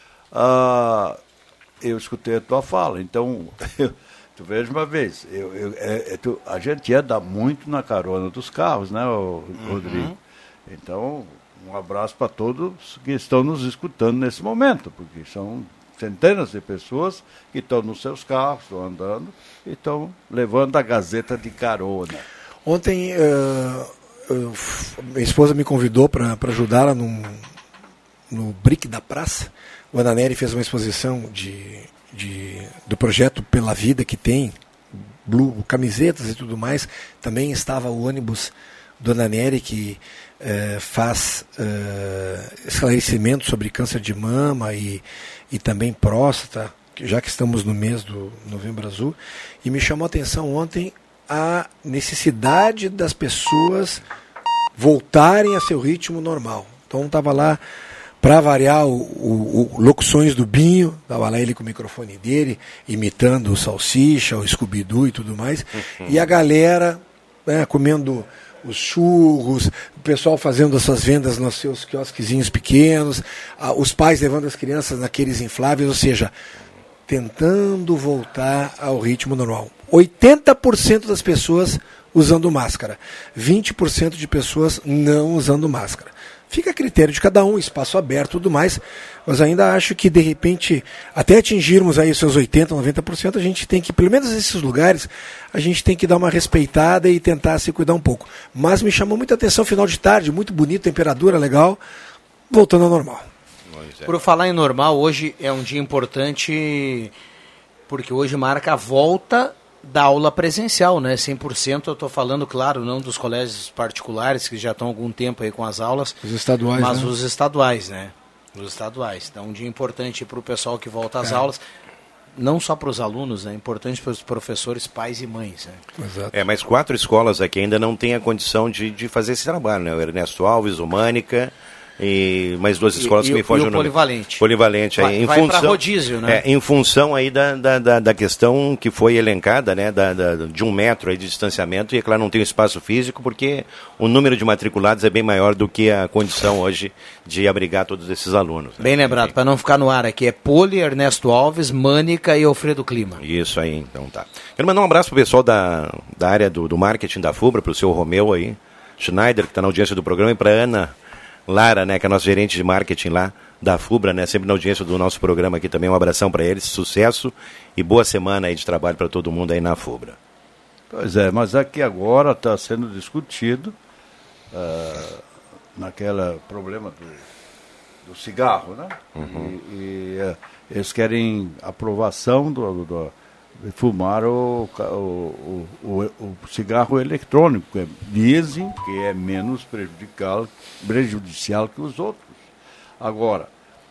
S6: uh, eu escutei a tua fala. Então, eu, tu veja uma vez, eu, eu, é, é, tu, a gente anda muito na carona dos carros, né, o, uhum. Rodrigo? Então, um abraço para todos que estão nos escutando nesse momento, porque são centenas de pessoas que estão nos seus carros, estão andando e estão levando a Gazeta de carona.
S4: Ontem, uh, uh, minha esposa me convidou para ajudá-la no, no Brick da Praça. O Ananeri fez uma exposição de, de, do projeto Pela Vida que tem, blue, camisetas e tudo mais. Também estava o ônibus do Ananeri que Uh, faz uh, esclarecimento sobre câncer de mama e, e também próstata, já que estamos no mês do Novembro Azul, e me chamou a atenção ontem a necessidade das pessoas voltarem a seu ritmo normal. Então estava lá, para variar, o, o, o Locuções do Binho, estava lá ele com o microfone dele, imitando o Salsicha, o Scooby-Doo e tudo mais, uhum. E a galera, né, comendo os churros, o pessoal fazendo as suas vendas nos seus quiosquezinhos pequenos, os pais levando as crianças naqueles infláveis, ou seja, tentando voltar ao ritmo normal. oitenta por cento das pessoas usando máscara, vinte por cento de pessoas não usando máscara. Fica a critério de cada um, espaço aberto e tudo mais, mas ainda acho que, de repente, até atingirmos aí os seus oitenta por cento, noventa por cento, a gente tem que, pelo menos nesses lugares, a gente tem que dar uma respeitada e tentar se cuidar um pouco. Mas me chamou muita atenção, final de tarde, muito bonito, temperatura legal, voltando ao normal.
S2: Por falar em normal, hoje é um dia importante, porque hoje marca a volta da aula presencial, né? cem por cento eu estou falando, claro, não dos colégios particulares, que já estão há algum tempo aí com as aulas.
S4: Os estaduais,
S2: Mas
S4: né?
S2: os estaduais, né? Os estaduais. Então, um dia importante para o pessoal que volta às é. aulas, não só para os alunos, é né? importante para os professores, pais e mães. Né?
S5: Exato. É, mas quatro escolas aqui ainda não têm a condição de, de fazer esse trabalho, né? O Ernesto Alves, o Mânica... E mais duas escolas
S2: e,
S5: que me fogem
S2: o
S5: no
S2: polivalente.
S5: Polivalente.
S2: Vai,
S5: aí, em
S2: vai
S5: função,
S2: para rodízio, né?
S5: É, em função aí da, da, da, da questão que foi elencada, né? Da, da, de um metro aí de distanciamento, e é claro, não tem espaço físico, porque o número de matriculados é bem maior do que a condição hoje de abrigar todos esses alunos. Né?
S2: Bem lembrado, para não ficar no ar aqui, é Poli, Ernesto Alves, Mânica e Alfredo Clima.
S5: Isso aí, então tá. Quero mandar um abraço pro pessoal da, da área do, do marketing da FUBRA, pro seu Romeu aí, Schneider, que está na audiência do programa, e para Ana Lara, né, que é a nossa gerente de marketing lá da FUBRA, né, sempre na audiência do nosso programa aqui também, um abração para eles, sucesso e boa semana aí de trabalho para todo mundo aí na FUBRA.
S6: Pois é, mas aqui agora está sendo discutido uh, naquele problema do, do cigarro, né? Uhum. E, e uh, eles querem aprovação do, do, de fumar o, o, o, o cigarro eletrônico, que dizem que é menos prejudicial, prejudicial que os outros. Agora,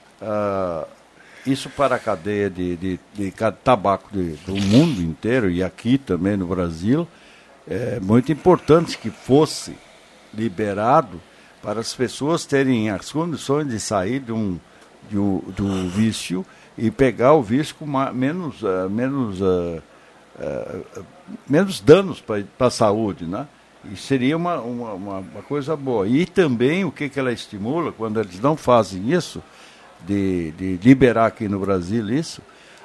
S6: uh, isso para a cadeia de, de, de tabaco de, do mundo inteiro, e aqui também no Brasil, é muito importante que fosse liberado para as pessoas terem as condições de sair de um, de um, de um vício e pegar o vício com uma, menos, uh, menos, uh, uh, menos danos para a saúde, né? E seria uma, uma, uma, uma coisa boa. E também o que, que ela estimula, quando eles não fazem isso, de, de liberar aqui no Brasil isso,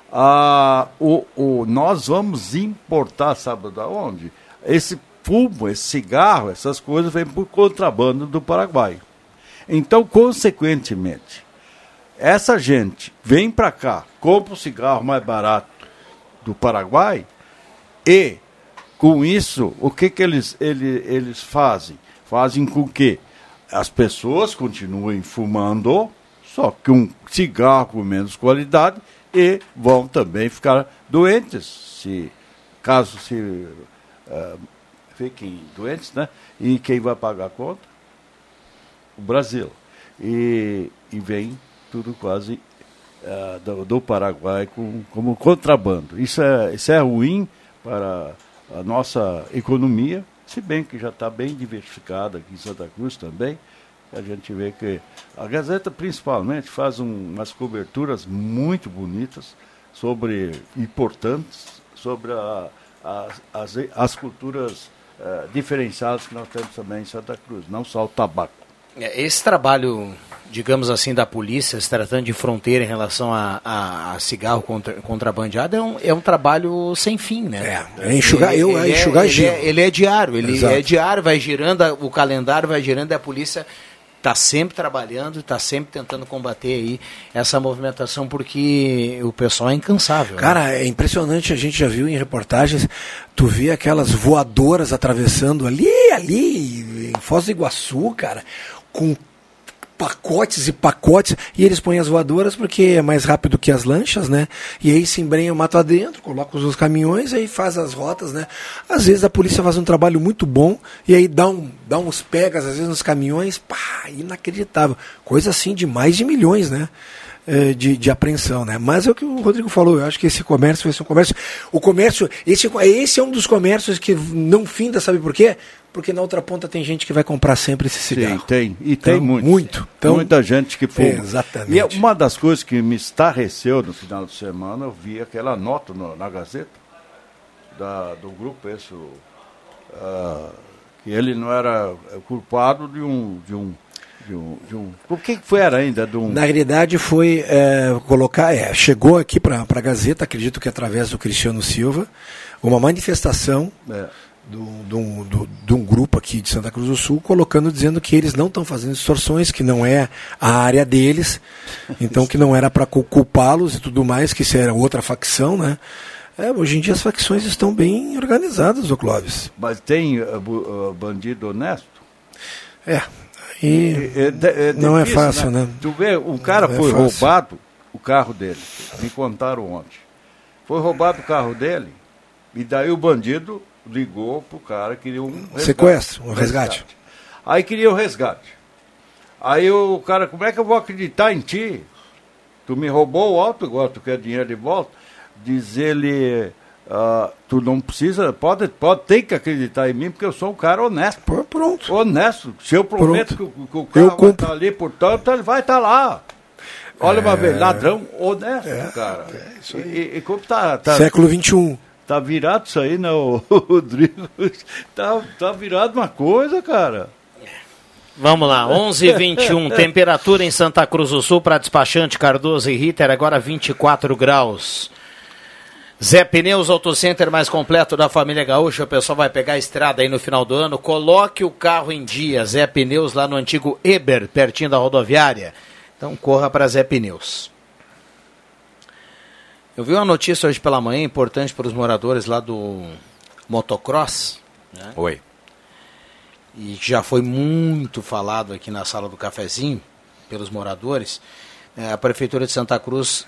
S6: uh, o, o, nós vamos importar, sabe de onde? Esse fumo, esse cigarro, essas coisas vêm por contrabando do Paraguai. Então, consequentemente, essa gente vem para cá, compra o cigarro mais barato do Paraguai e, com isso, o que, que eles, eles, eles fazem? Fazem com que as pessoas continuem fumando, só que um cigarro com menos qualidade, e vão também ficar doentes, se, caso se uh, fiquem doentes, né? E quem vai pagar a conta? O Brasil. E, e vem tudo quase uh, do, do Paraguai com, como contrabando. Isso é, isso é ruim para a nossa economia, se bem que já está bem diversificada aqui em Santa Cruz também. A gente vê que a Gazeta principalmente faz um, umas coberturas muito bonitas sobre importantes, sobre a, a, as, as culturas uh, diferenciadas que nós temos também em Santa Cruz, não só o tabaco.
S2: Esse trabalho, digamos assim, da polícia, se tratando de fronteira em relação a, a, a cigarro contra, contrabandeado, é um, é um trabalho sem fim, né?
S4: É, é enxugar, eu, é enxugar
S2: ele, é, ele é diário, ele Exato. é diário, vai girando, o calendário vai girando e a polícia está sempre trabalhando, está sempre tentando combater aí essa movimentação, porque o pessoal é incansável.
S4: Cara,
S2: né?
S4: É impressionante, a gente já viu em reportagens, tu vê aquelas voadoras atravessando ali, ali, em Foz do Iguaçu, cara, com pacotes e pacotes, e eles põem as voadoras porque é mais rápido que as lanchas, né? E aí se embrenha o mato adentro, coloca os caminhões, aí faz as rotas, né? Às vezes a polícia faz um trabalho muito bom, e aí dá, um, dá uns pegas, às vezes, nos caminhões, pá, inacreditável. Coisa assim de mais de milhões, né? eh, de, de apreensão, né? Mas é o que o Rodrigo falou, eu acho que esse comércio vai ser um comércio... O comércio, esse, esse é um dos comércios que não finda, sabe por quê? Porque na outra ponta tem gente que vai comprar sempre esse cigarro.
S6: Sim, tem. E
S4: então,
S6: tem muito.
S4: Muito. Então,
S6: muita gente que fuma.
S4: É, exatamente.
S6: E uma das coisas que me estarreceu no final de semana, eu vi aquela nota no, na Gazeta da, do grupo, esse, uh, que ele não era culpado de um... De um De um, de um, o que foi era ainda? De um...
S4: Na realidade foi é, colocar, é, chegou aqui para a Gazeta, acredito que através do Cristiano Silva, uma manifestação é. do, do, do, de um grupo aqui de Santa Cruz do Sul, colocando, dizendo que eles não estão fazendo extorsões, que não é a área deles, então que não era para culpá-los e tudo mais, que isso era outra facção, né? É, hoje em dia as facções estão bem organizadas, ô Clóvis.
S6: Mas tem uh, uh, bandido honesto?
S4: É. E
S6: é, é, é
S4: não
S6: difícil,
S4: é fácil, né? né?
S6: Tu vê, um cara
S4: não
S6: foi
S4: é
S6: roubado, o carro dele. Me contaram ontem. Foi roubado o carro dele, e daí o bandido ligou pro cara, queria um resgate.
S4: Sequestro, um resgate.
S6: resgate. Aí queria o resgate. Aí o cara, como é que eu vou acreditar em ti? Tu me roubou o auto, agora tu quer dinheiro de volta? Diz ele... Uh, tu não precisa, pode, pode ter que acreditar em mim, porque eu sou um cara honesto.
S4: Pô, pronto.
S6: Honesto. Se eu prometo que, que o
S4: eu
S6: carro vai estar ali, portanto, ele vai estar lá. Olha é... uma vez, ladrão honesto, é, cara. É isso aí. E, e como tá, tá...
S4: Século vinte e um.
S6: Tá virado isso aí, né, o Rodrigo? Tá, tá virado uma coisa, cara.
S2: Vamos lá, onze e vinte e um, temperatura em Santa Cruz do Sul para despachante Cardoso e Ritter, agora vinte e quatro graus. Zé Pneus Auto Center mais completo da família gaúcha, o pessoal vai pegar a estrada aí no final do ano, coloque o carro em dia, Zé Pneus lá no antigo Eber, pertinho da rodoviária, então corra para Zé Pneus. Eu vi uma notícia hoje pela manhã, importante para os moradores lá do motocross, né?
S5: Oi.
S2: E já foi muito falado aqui na sala do cafezinho, pelos moradores, é, a Prefeitura de Santa Cruz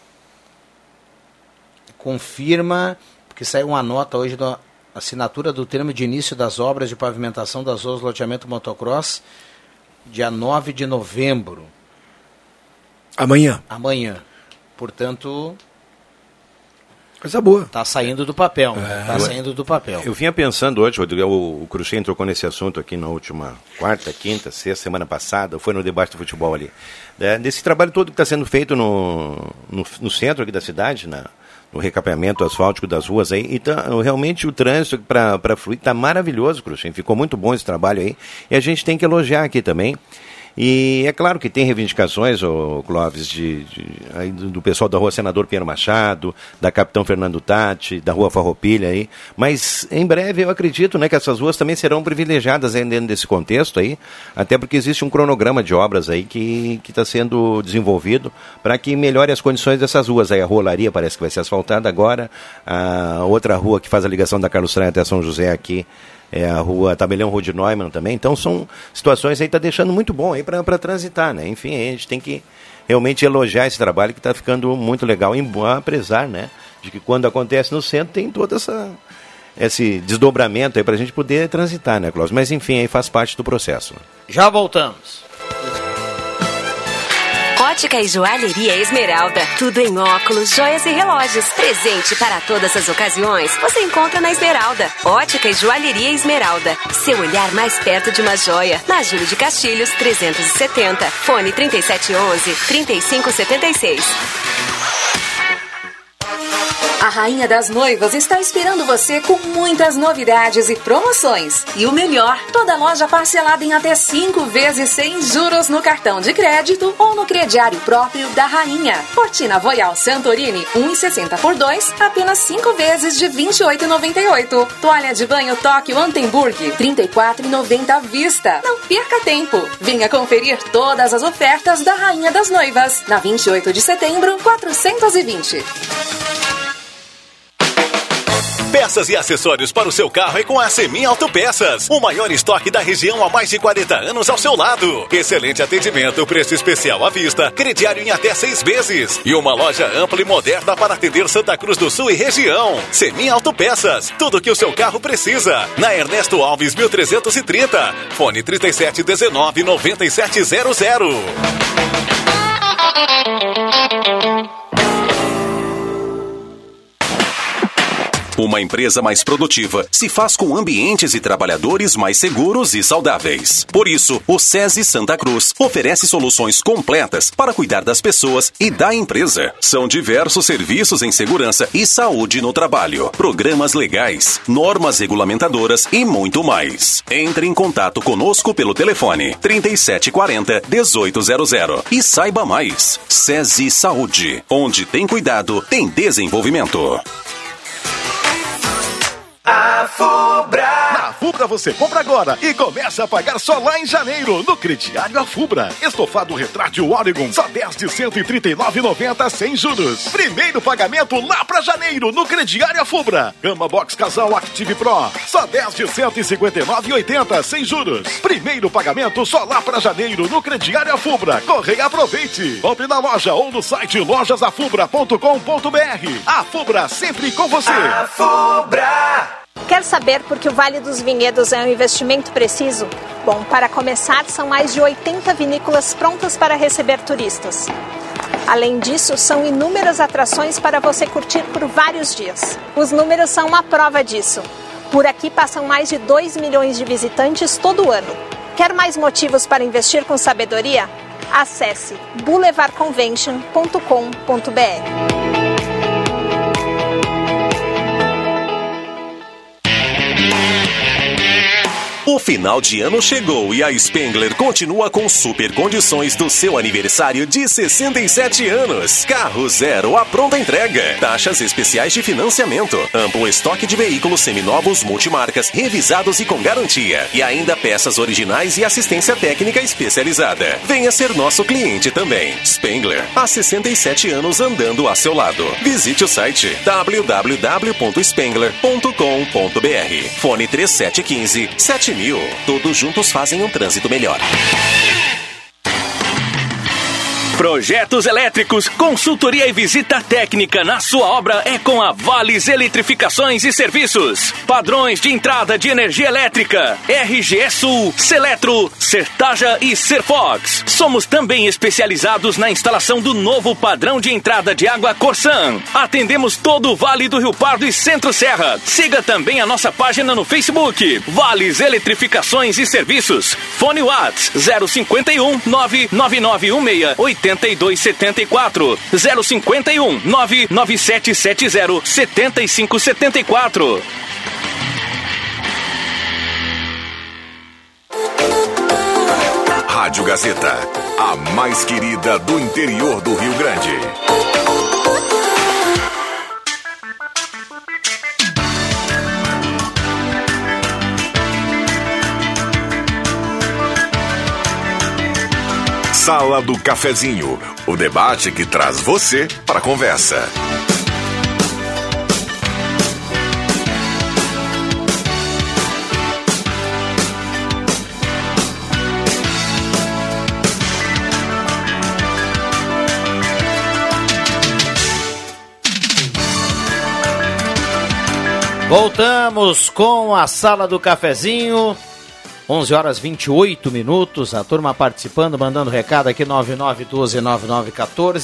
S2: confirma, porque saiu uma nota hoje da assinatura do termo de início das obras de pavimentação das ruas loteamento motocross, dia nove de novembro.
S4: Amanhã.
S2: Amanhã. Portanto...
S4: Coisa boa.
S2: Está saindo do papel. Está
S5: É.
S2: saindo do papel.
S5: Eu vinha pensando hoje, Rodrigo, o, o Cruxê entrou com esse assunto aqui na última quarta, quinta, sexta, semana passada, foi no debate do futebol ali. É, desse trabalho todo que está sendo feito no, no, no centro aqui da cidade, na, no recapeamento asfáltico das ruas aí, e tá, realmente o trânsito para fluir está maravilhoso, Cruxê. Ficou muito bom esse trabalho aí, e a gente tem que elogiar aqui também. E é claro que tem reivindicações, ô, Clóvis, de, de, aí do, do pessoal da Rua Senador Pinheiro Machado, da Capitão Fernando Tati, da Rua Farroupilha aí, mas em breve eu acredito, né, que essas ruas também serão privilegiadas aí dentro desse contexto aí, até porque existe um cronograma de obras aí que está sendo desenvolvido para que melhore as condições dessas ruas. Aí a Rua Olaria parece que vai ser asfaltada agora, a outra rua que faz a ligação da Carlos Traem até São José aqui, é a rua Tabelião Rua de Neumann também. Então são situações aí que está deixando muito bom aí para transitar, né? Enfim, a gente tem que realmente elogiar esse trabalho que está ficando muito legal, apesar, né, de que quando acontece no centro tem todo essa, esse desdobramento aí para a gente poder transitar, né, Cláudio? Mas enfim, aí faz parte do processo. Né?
S2: Já voltamos.
S20: Ótica e Joalheria Esmeralda. Tudo em óculos, joias e relógios. Presente para todas as ocasiões. Você encontra na Esmeralda. Ótica e Joalheria Esmeralda. Seu olhar mais perto de uma joia. Na Júlio de Castilhos, trezentos e setenta. Fone trinta e sete onze, trinta e cinco setenta e seis.
S11: A Rainha das Noivas está esperando você com muitas novidades e promoções. E o melhor, toda loja parcelada em até cinco vezes sem juros no cartão de crédito ou no crediário próprio da Rainha. Cortina Voyal Santorini, um real e sessenta por dois, apenas cinco vezes de vinte e oito reais e noventa e oito centavos. Toalha de banho Tóquio Antenburg, trinta e quatro reais e noventa centavos à vista. Não perca tempo. Venha conferir todas as ofertas da Rainha das Noivas. Na vinte e oito de setembro, quatrocentos e vinte.
S8: Peças e acessórios para o seu carro é com a Semin Autopeças. O maior estoque da região há mais de quarenta anos ao seu lado. Excelente atendimento, preço especial à vista, crediário em até seis vezes. E uma loja ampla e moderna para atender Santa Cruz do Sul e região. Semin Autopeças, tudo que o seu carro precisa. Na Ernesto Alves, mil trezentos e trinta. Fone trinta e sete dezenove, noventa e sete zero zero.
S12: Uma empresa mais produtiva se faz com ambientes e trabalhadores mais seguros e saudáveis. Por isso, o SESI Santa Cruz oferece soluções completas para cuidar das pessoas e da empresa. São diversos serviços em segurança e saúde no trabalho, programas legais, normas regulamentadoras e muito mais. Entre em contato conosco pelo telefone trinta e sete quarenta, dezoito zero zero e saiba mais. SESI Saúde, onde tem cuidado, tem desenvolvimento.
S21: A Fubra! Na Fubra você compra agora e começa a pagar só lá em janeiro, no crediário A Fubra. Estofado retrátil Oregon, só dez de cento e trinta e nove reais e noventa centavos sem juros. Primeiro pagamento lá pra janeiro, no crediário A Fubra. Gama Box Casal Active Pro, só dez de cento e cinquenta e nove reais e oitenta centavos sem juros. Primeiro pagamento só lá pra janeiro, no crediário A Fubra. Corre e aproveite. Compre na loja ou no site lojas a fubra ponto com ponto b r. A Fubra sempre com você.
S22: A Fubra! Quer saber por que o Vale dos Vinhedos é um investimento preciso? Bom, para começar, são mais de oitenta vinícolas prontas para receber turistas. Além disso, são inúmeras atrações para você curtir por vários dias. Os números são uma prova disso. Por aqui passam mais de dois milhões de visitantes todo ano. Quer mais motivos para investir com sabedoria? Acesse boulevard convention ponto com ponto b r.
S12: O final de ano chegou e a Spengler continua com super condições do seu aniversário de sessenta e sete anos. Carro zero à pronta entrega. Taxas especiais de financiamento. Amplo estoque de veículos seminovos multimarcas, revisados e com garantia. E ainda peças originais e assistência técnica especializada. Venha ser nosso cliente também. Spengler, há sessenta e sete anos andando a seu lado. Visite o site w w w ponto spengler ponto com ponto b r. Fone três sete um cinco, sete mil. Todos juntos fazem um trânsito melhor.
S10: Projetos elétricos, consultoria e visita técnica na sua obra é com a Vales Eletrificações e Serviços. Padrões de entrada de energia elétrica, R G E Sul, Seletro, Sertaja e Serfox. Somos também especializados na instalação do novo padrão de entrada de água Corsan. Atendemos todo o Vale do Rio Pardo e Centro-Serra. Siga também a nossa página no Facebook, Vales Eletrificações e Serviços. Fone Whats zero cinco um, nove nove nove um seis, oito dois sete quatro, zero cinco um, nove nove sete sete zero, sete cinco sete quatro.
S1: Rádio Gazeta, a mais querida do interior do Rio Grande. Sala do Cafezinho, o debate que traz você para a conversa.
S2: Voltamos com a Sala do Cafezinho. onze horas e vinte e oito minutos, a turma participando, mandando recado aqui, nove nove um dois, nove nove um quatro.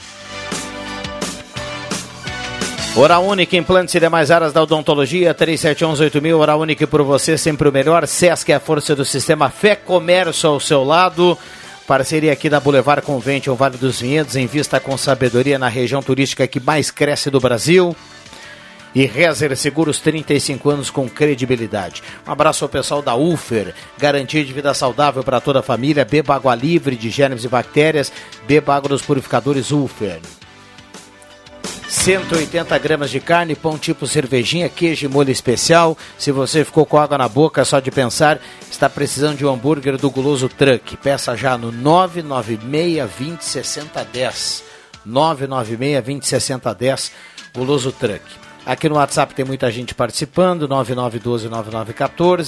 S2: Oral Unique, implantes e demais áreas da odontologia, três sete um, oito mil, Oral Unique por você, sempre o melhor. Sesc é a força do sistema Fé Comércio ao seu lado. Parceria aqui da Boulevard Convention, Vale dos Vinhedos, invista com sabedoria na região turística que mais cresce do Brasil. E Rezer Seguros, trinta e cinco anos com credibilidade. Um abraço ao pessoal da Ufer, garantia de vida saudável para toda a família. Beba água livre de germes e bactérias, beba água dos purificadores Ufer. cento e oitenta gramas de carne, pão tipo cervejinha, queijo e molho especial. Se você ficou com água na boca só de pensar, está precisando de um hambúrguer do Guloso Truck. Peça já no nove nove seis, vinte, sessenta, dez. nove nove seis, vinte, sessenta, dez, Guloso Truck. Aqui no WhatsApp tem muita gente participando, nove nove um dois, nove nove um quatro.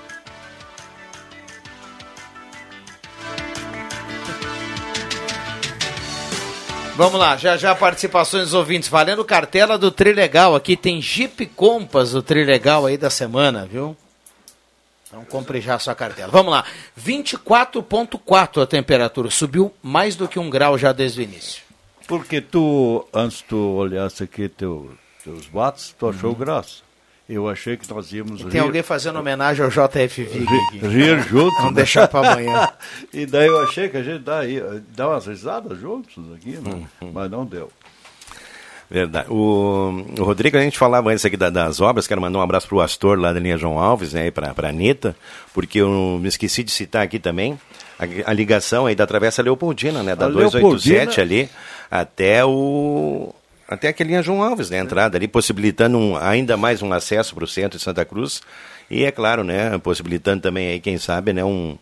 S2: Vamos lá, já já participações dos ouvintes. Valendo cartela do Trilegal, aqui tem Jeep Compass do Trilegal aí da semana, viu? Então compre já a sua cartela. Vamos lá, vinte e quatro vírgula quatro a temperatura, subiu mais do que um grau já desde o início.
S6: Porque tu, antes tu olhasse aqui teu, teus watts, tu achou uhum. graça. Eu achei que nós íamos
S2: e
S6: rir.
S2: Tem alguém fazendo homenagem ao J F V aqui.
S6: Rir, rir juntos.
S2: Vamos né? deixar para amanhã.
S6: E daí eu achei que a gente dá, dá umas risadas juntos aqui, né? uhum. mas não deu.
S5: Verdade. O, o Rodrigo, a gente falava antes aqui da, das obras, quero mandar um abraço para o Astor lá da linha João Alves, né, e para a Anitta, porque eu me esqueci de citar aqui também a, a ligação aí da Travessa Leopoldina, né, da duzentos e oitenta e sete ali até o... até aquela linha João Alves, né, a entrada ali, possibilitando um, ainda mais um acesso para o centro de Santa Cruz e, é claro, né, possibilitando também aí, quem sabe, né, um,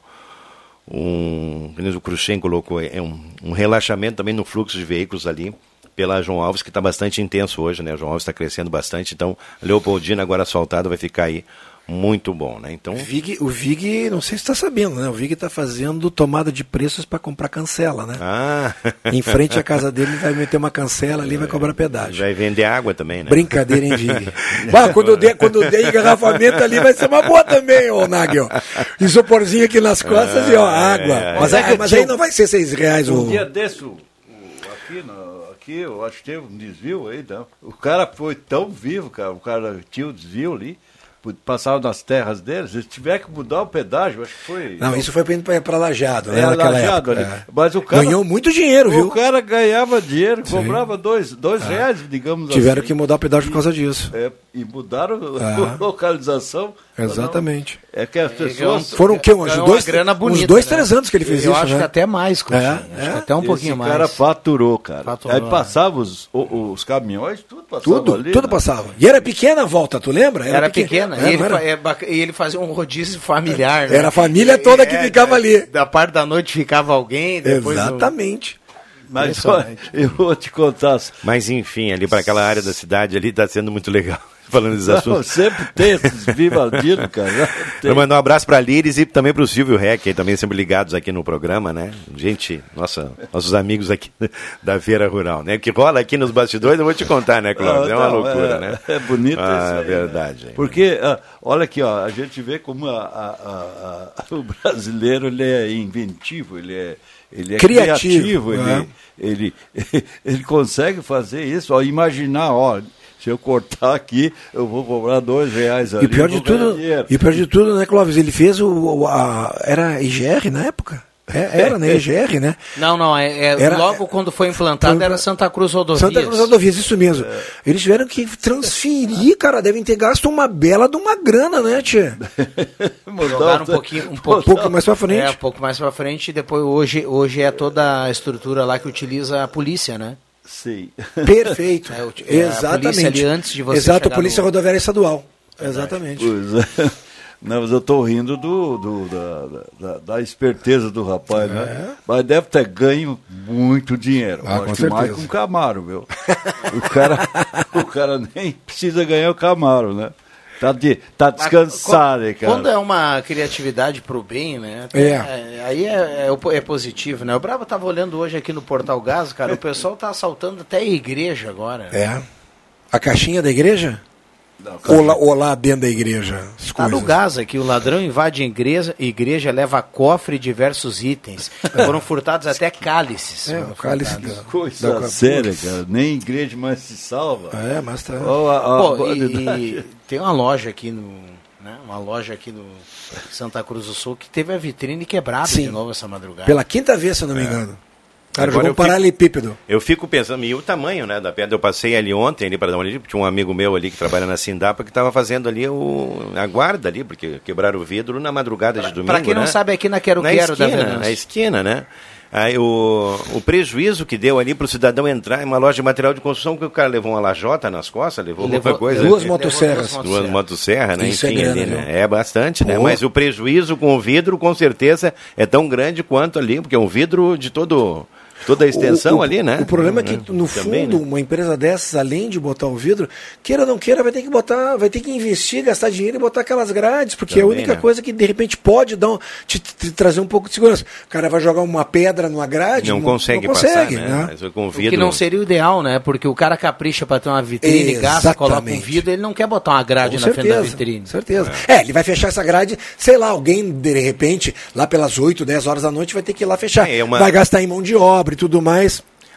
S5: um o Cruxem colocou, é um, um relaxamento também no fluxo de veículos ali, pela João Alves, que está bastante intenso hoje, né, o João Alves está crescendo bastante, então, Leopoldina agora asfaltado vai ficar aí muito bom, né, então...
S4: O Vig, o Vig não sei se está sabendo, né, o Vig está fazendo tomada de preços para comprar cancela, né,
S5: ah.
S4: em frente à casa dele vai meter uma cancela ali e vai cobrar pedágio.
S5: Vai vender água também, né?
S4: Brincadeira, hein, Vig? Bah, quando der, quando der engarrafamento ali vai ser uma boa também, ô Nagel. Isoporzinho aqui nas costas ah, e ó, água. É, mas, é, aí, mas aí não vai ser seis reais o...
S6: Um dia desse, o, o, aqui no... Aqui, eu acho que teve um desvio aí, não. O cara foi tão vivo, cara, o cara tinha um desvio ali, passava nas terras deles, eles tiveram que mudar o pedágio, acho que foi...
S4: Não, isso foi para Lajado, né,
S6: é,
S4: naquela
S6: Lajado,
S4: época.
S6: Ali. Mas o cara...
S4: Ganhou muito dinheiro, viu?
S6: O cara ganhava dinheiro, cobrava dois, dois ah. reais, digamos
S4: Tiveram assim. Tiveram que mudar o pedágio por causa disso.
S6: É, e mudaram ah. a localização.
S4: Exatamente.
S6: Não, é que as pessoas...
S4: Foram o quê? Uns dois,
S2: grana bonita,
S4: uns dois
S2: né?
S4: três anos que ele fez
S2: eu
S4: isso,
S2: acho
S4: né?
S2: que até mais,
S4: é,
S2: acho
S4: é.
S2: que até um
S6: Esse
S2: pouquinho mais.
S6: O cara faturou, cara.
S2: Faturou,
S6: Aí passava os, os, os caminhões, tudo passava
S4: tudo,
S6: ali.
S4: Tudo
S6: né?
S4: passava. E era pequena a volta, tu lembra?
S2: Era, era pequena.
S4: pequena.
S2: E, ele,
S4: era?
S2: é, e ele fazia um rodízio familiar. Né?
S4: Era a família toda que é, ficava ali.
S2: Da parte da noite ficava alguém. Depois
S4: Exatamente.
S2: Do...
S6: Mas ó, eu vou te contar.
S5: Mas enfim, ali para aquela área da cidade ali está sendo muito legal. Falando desses assuntos.
S6: Sempre tem esses vivaldinos, cara.
S5: Eu mando um abraço para a Liris e também para o Silvio Reck, aí também sempre ligados aqui no programa, né? Gente, nossa, nossos amigos aqui da Feira Rural, né? O que rola aqui nos bastidores, eu vou te contar, né, Cláudio? É uma não, loucura,
S6: é,
S5: né?
S6: É bonito
S5: ah,
S6: isso.
S5: É verdade.
S6: Né? Porque, ah, olha aqui, ó, a gente vê como a, a, a, a, o brasileiro ele é inventivo, ele é, ele é criativo, criativo
S4: né?
S6: ele, ele, ele consegue fazer isso, ó, imaginar, ó. Se eu cortar aqui, eu vou cobrar dois reais ali.
S4: E pior de tudo, e pior de tudo, né, Clóvis? Ele fez o. A, era I G R na época? É, era, né? I G R, né?
S2: Não, não. É, é era, logo quando foi implantado foi, era Santa Cruz Rodovias.
S4: Santa Cruz Rodovias, isso mesmo. É. Eles tiveram que transferir, cara. Devem ter gasto uma bela de uma grana, né, tia?
S2: Jogaram um pouquinho, um pouco,
S4: pouco mais pra frente.
S2: É, um pouco mais pra frente. E depois, hoje, hoje é toda a estrutura lá que utiliza a polícia, né?
S6: Sim.
S4: Perfeito.
S2: É, é, exatamente. Ali antes de você
S4: Exato, a Polícia
S2: no...
S4: Rodoviária Estadual. Exatamente.
S6: Pois é. Não, mas eu estou rindo do, do, da, da, da esperteza do rapaz, é. né? Mas deve ter ganho muito dinheiro.
S4: Ah,
S6: acho
S4: com
S6: que
S4: certeza.
S6: mais com o Camaro, meu. O cara, o cara nem precisa ganhar o Camaro, né? Tá, de, tá descansado,
S2: quando,
S6: cara.
S2: Quando é uma criatividade pro bem, né?
S4: É.
S2: é aí é, é, é positivo, né? O Bravo tava olhando hoje aqui no Portal Gás, cara, o pessoal tá assaltando até a igreja agora.
S4: É. A caixinha da igreja?
S6: Não,
S4: ou, lá, ou lá dentro da igreja?
S2: Tá no Gás aqui, o ladrão invade a igreja, igreja leva cofre e diversos itens. Foram furtados até cálices.
S4: É, o cálice da,
S6: coisa da séria, cara. Nem igreja mais se salva.
S4: É, mas tá.
S6: Oh, a, a,
S2: Pô, e, e tem uma loja aqui no... Né, uma loja aqui no Santa Cruz do Sul que teve a vitrine quebrada Sim. de novo essa madrugada.
S4: Pela quinta vez, se eu não me engano. É. Cara,
S5: Agora
S4: jogou um paralelepípedo.
S5: Eu fico pensando, e o tamanho, né, da pedra. Eu passei ali ontem, ali para dar uma olhada, tinha um amigo meu ali que trabalha na Sindapa que estava fazendo ali o, a guarda ali, porque quebraram o vidro na madrugada
S2: pra,
S5: de domingo,
S2: Para quem
S5: né?
S2: não sabe, aqui na Quero
S5: na
S2: Quero
S5: esquina,
S2: da Venâncio.
S5: Na esquina, né? Aí o, o prejuízo que deu ali para o cidadão entrar em uma loja de material de construção, que o cara levou uma lajota nas costas, levou, levou outra coisa.
S4: Duas motosserras.
S5: Duas, duas motosserras, né?
S4: Isso
S5: Enfim,
S4: é grande,
S5: ali, né? É bastante, Pô. né? Mas o prejuízo com o vidro, com certeza, é tão grande quanto ali, porque é um vidro de todo... Toda a extensão
S4: o, o,
S5: ali, né?
S4: O problema é que, no Também, fundo, né? uma empresa dessas, além de botar o vidro, queira ou não queira, vai ter que botar, vai ter que investir, gastar dinheiro e botar aquelas grades, porque Também, é a única né? coisa que, de repente, pode dar um, te, te trazer um pouco de segurança. O cara vai jogar uma pedra numa grade,
S5: não,
S4: não
S5: consegue,
S4: não consegue
S5: passar,
S4: né?
S5: né? Mas com vidro...
S2: O que não seria o ideal, né? Porque o cara capricha para ter uma vitrine, gasta, coloca um vidro, ele não quer botar uma grade com na certeza, frente da vitrine.
S4: Com certeza. É. é, ele vai fechar essa grade, sei lá, alguém, de repente, lá pelas oito, dez horas da noite, vai ter que ir lá fechar. É uma... Vai gastar em mão de obra e tudo mais.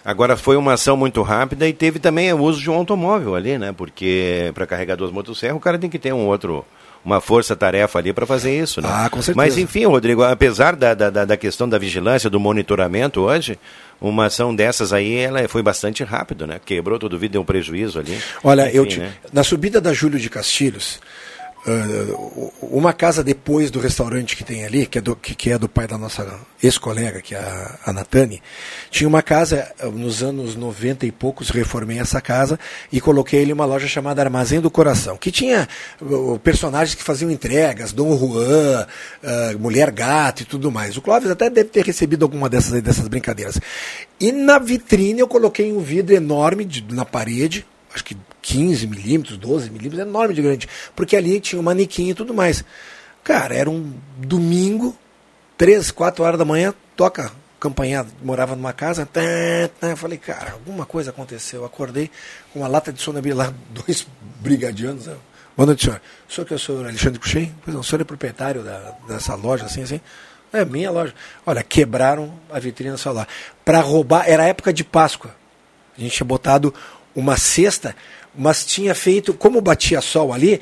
S5: Agora foi uma ação muito rápida e teve também o uso de um automóvel ali, né? Porque para carregar duas motosserras o cara tem que ter um outro, uma força-tarefa ali para fazer isso, né?
S4: Ah, com certeza.
S5: Mas enfim, Rodrigo, apesar da, da, da questão da vigilância, do monitoramento hoje, uma ação dessas aí, ela foi bastante rápido, né? Quebrou todo o vidro, deu um prejuízo ali.
S4: Olha,
S5: enfim,
S4: eu te,
S5: né?
S4: na subida da Júlio de Castilhos, uh, uma casa depois do restaurante que tem ali, que é do, que, que é do pai da nossa ex-colega, que é a, a Natane, tinha uma casa, nos anos noventa e poucos, reformei essa casa e coloquei ali uma loja chamada Armazém do Coração, que tinha uh, personagens que faziam entregas, Dom Juan, uh, Mulher Gato e tudo mais. O Clóvis até deve ter recebido alguma dessas, aí, dessas brincadeiras. E na vitrine eu coloquei um vidro enorme de, na parede, acho que quinze milímetros, doze milímetros, enorme de grande, porque ali tinha um manequim e tudo mais. Cara, era um domingo, três, quatro horas da manhã, toca campanhada, morava numa casa, tá, tá, eu falei, cara, alguma coisa aconteceu. Eu acordei com uma lata de Sonabir lá, dois brigadianos. Né? Boa noite, senhor. O senhor que é o senhor Alexandre Cuxem? Pois não, o senhor é proprietário da, dessa loja, assim, assim? É minha loja. Olha, quebraram a vitrine do celular. Para roubar, era época de Páscoa. A gente tinha botado uma cesta, mas tinha feito, como batia sol ali,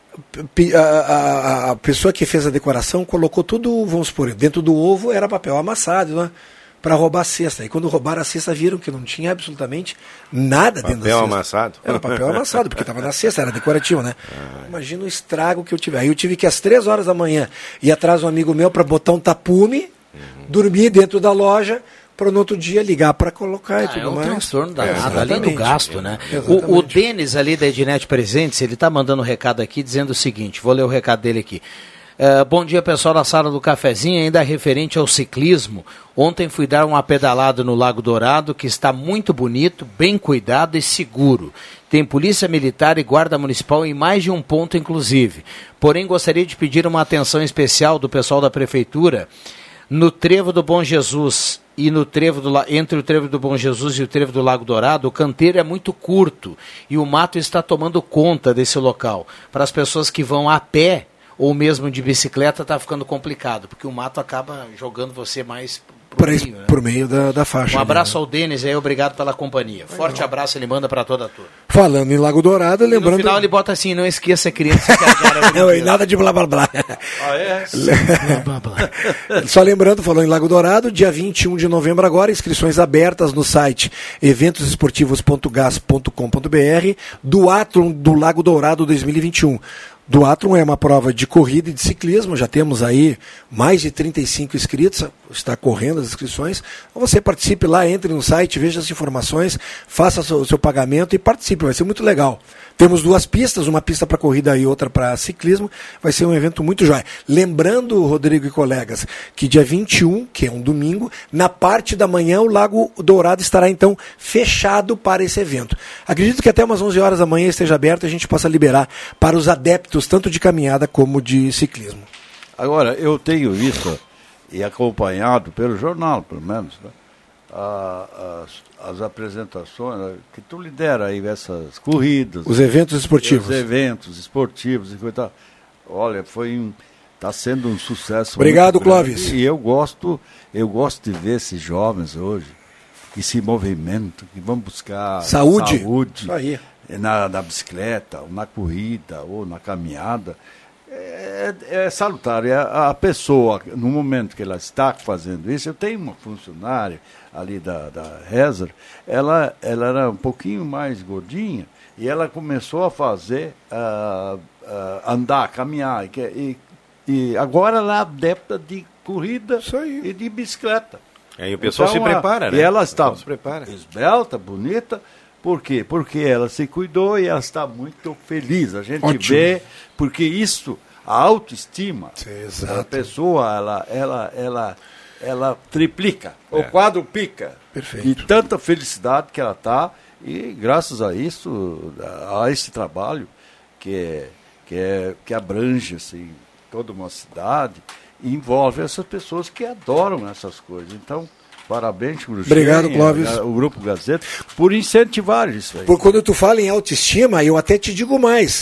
S4: a, a, a pessoa que fez a decoração colocou tudo, vamos supor, dentro do ovo era papel amassado, né, para roubar a cesta. E quando roubaram a cesta, viram que não tinha absolutamente nada
S5: papel
S4: dentro da cesta.
S5: Papel amassado?
S4: Era papel amassado, porque estava na cesta, era decorativo, né? Ah. Imagina o estrago que eu tive. Aí eu tive que às três horas da manhã ir atrás de um amigo meu para botar um tapume, uhum. dormir dentro da loja, para no outro dia ligar para colocar ah, e tudo
S2: é um
S4: mais.
S2: transtorno danado,
S4: é,
S2: além do gasto, né?
S4: É,
S2: o o Denis ali da Ednet Presentes, ele está mandando um recado aqui dizendo o seguinte, vou ler o recado dele aqui. Uh, bom dia, pessoal da sala do cafezinho, ainda referente ao ciclismo. Ontem fui dar uma pedalada no Lago Dourado, que está muito bonito, bem cuidado e seguro. Tem polícia militar e guarda municipal em mais de um ponto, inclusive. Porém, gostaria de pedir uma atenção especial do pessoal da prefeitura no Trevo do Bom Jesus e no trevo do, entre o Trevo do Bom Jesus e o Trevo do Lago Dourado, o canteiro é muito curto e o mato está tomando conta desse local. Para as pessoas que vão a pé ou mesmo de bicicleta está ficando complicado, porque o mato acaba jogando você mais
S4: por meio, né? Por meio da, da faixa.
S2: Um abraço
S4: né?
S2: ao Denis aí, obrigado pela companhia. Forte Legal. Abraço, ele manda para toda a turma.
S4: Falando em Lago Dourado, lembrando...
S2: E no final ele bota assim, não esqueça criança que agora...
S4: Não, e nada de blá blá blá.
S2: Ah, é?
S4: blá, blá, blá. Só lembrando, falou em Lago Dourado, dia vinte e um de novembro agora, inscrições abertas no site eventos esportivos ponto gas ponto com ponto br, Duathlon do Lago Dourado dois mil e vinte e um. Duathlon é uma prova de corrida e de ciclismo, já temos aí mais de trinta e cinco inscritos, está correndo as inscrições. Você participe lá, entre no site, veja as informações, faça o seu pagamento e participe, vai ser muito legal. Temos duas pistas, uma pista para corrida e outra para ciclismo, vai ser um evento muito jóia. Lembrando, Rodrigo e colegas, que dia vinte e um, que é um domingo, na parte da manhã o Lago Dourado estará então fechado para esse evento. Acredito que até umas onze horas da manhã esteja aberto e a gente possa liberar para os adeptos, tanto de caminhada como de ciclismo.
S6: Agora, eu tenho visto e acompanhado pelo jornal, pelo menos, né, a, as, as apresentações que tu lidera aí, essas corridas.
S4: Os eventos esportivos.
S6: Os eventos esportivos e coisa. Olha, foi um, tá sendo um sucesso.
S4: Obrigado, Clóvis.
S6: E eu gosto, eu gosto de ver esses jovens hoje, esse movimento, que vão buscar
S4: saúde,
S6: saúde
S4: aí.
S6: Na, na bicicleta, ou na corrida, ou na caminhada. É, é salutar. A, a pessoa, no momento que ela está fazendo isso, eu tenho uma funcionária ali da, da Rezer, ela, ela era um pouquinho mais gordinha, e ela começou a fazer, uh, uh, andar, caminhar, e, e, e agora ela é adepta de corrida e de bicicleta.
S5: Aí o pessoal
S6: então,
S5: se prepara,
S6: a,
S5: né?
S6: E ela está
S5: esbelta,
S6: bonita. Por quê? Porque ela se cuidou e ela está muito feliz. A gente
S4: Ótimo.
S6: vê, porque isso, a autoestima
S4: Sim,
S6: da pessoa, ela, ela, ela, ela triplica,
S5: É.
S6: ou quadruplica.
S4: Perfeito.
S6: De tanta felicidade que ela está, e graças a isso, a esse trabalho que, é, que, é, que abrange assim, toda uma cidade, e envolve essas pessoas que adoram essas coisas. Então, parabéns, Cruxem,
S4: obrigado, Clóvis.
S6: O Grupo Gazeta, por incentivar isso aí.
S4: Por quando tu fala em autoestima, eu até te digo mais.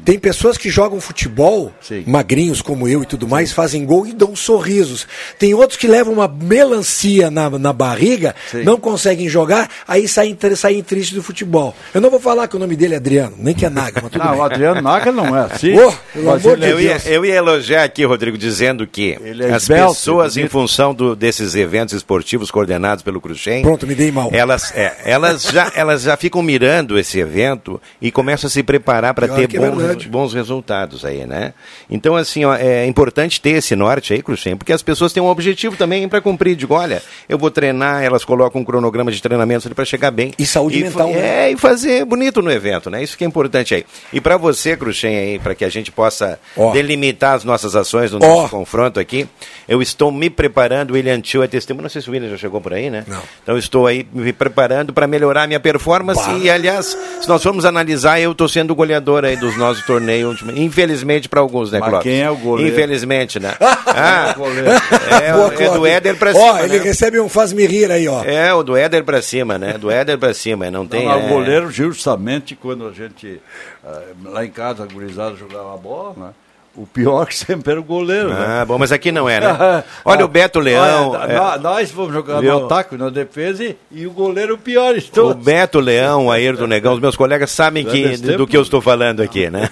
S4: Tem pessoas que jogam futebol, Sim. magrinhos como eu e tudo mais, fazem gol e dão sorrisos. Tem outros que levam uma melancia na, na barriga, Sim. não conseguem jogar, aí saem, saem tristes do futebol. Eu não vou falar que o nome dele é Adriano, nem que é Naga, mas tudo
S6: não,
S4: bem.
S6: o Adriano Naga não é assim.
S4: Oh, pelo amor de
S5: eu, ia,
S4: Deus.
S5: eu ia elogiar aqui, Rodrigo, dizendo que
S6: é
S5: as
S6: esbelto,
S5: pessoas,
S6: bonito.
S5: em função do, desses eventos esportivos coordenados pelo Cruxem...
S4: Pronto, me dei mal.
S5: Elas, é, elas, já, elas já ficam mirando esse evento e começam a se preparar para ter bons, é bons resultados aí, né? Então, assim, ó, é importante ter esse norte aí, Cruxem, porque as pessoas têm um objetivo também para cumprir. Digo, olha, eu vou treinar, elas colocam um cronograma de treinamento ali para chegar bem.
S4: E saúde
S5: e,
S4: mental,
S5: é,
S4: né?
S5: E fazer bonito no evento, né? Isso que é importante aí. E para você, Cruxem, aí, para que a gente possa oh. delimitar as nossas ações no nosso oh. confronto aqui, eu estou me preparando, o William Tio é testemunho, não sei se o William já chegou por aí, né?
S4: Não.
S5: Então, estou aí me preparando para melhorar a minha performance bah. e, aliás, se nós formos analisar, eu estou sendo o goleador aí dos nossos torneios, infelizmente para alguns, né, Clóvis?
S6: Mas quem é o goleiro?
S5: Infelizmente, né? Ah, é,
S4: Boa,
S5: é do Éder pra cima,
S4: Ó, ele
S5: né?
S4: recebe um faz-me rir aí, ó.
S5: É, o do Éder pra cima, né? Do Éder pra cima, não tem...
S6: Não,
S5: é...
S6: O goleiro, justamente, quando a gente, lá em casa, a gurizada jogava bola, né? O pior que sempre era o goleiro,
S5: ah,
S6: né?
S5: Ah, bom, mas aqui não é, né? Olha o Beto Leão...
S6: Olha,
S5: é...
S6: Nós fomos jogar
S5: Viu?
S6: no ataque, na defesa, e, e o goleiro o pior de todos.
S5: O Beto Leão, o Ayrton Negão, os meus colegas sabem que, do, do que eu estou falando aqui, né?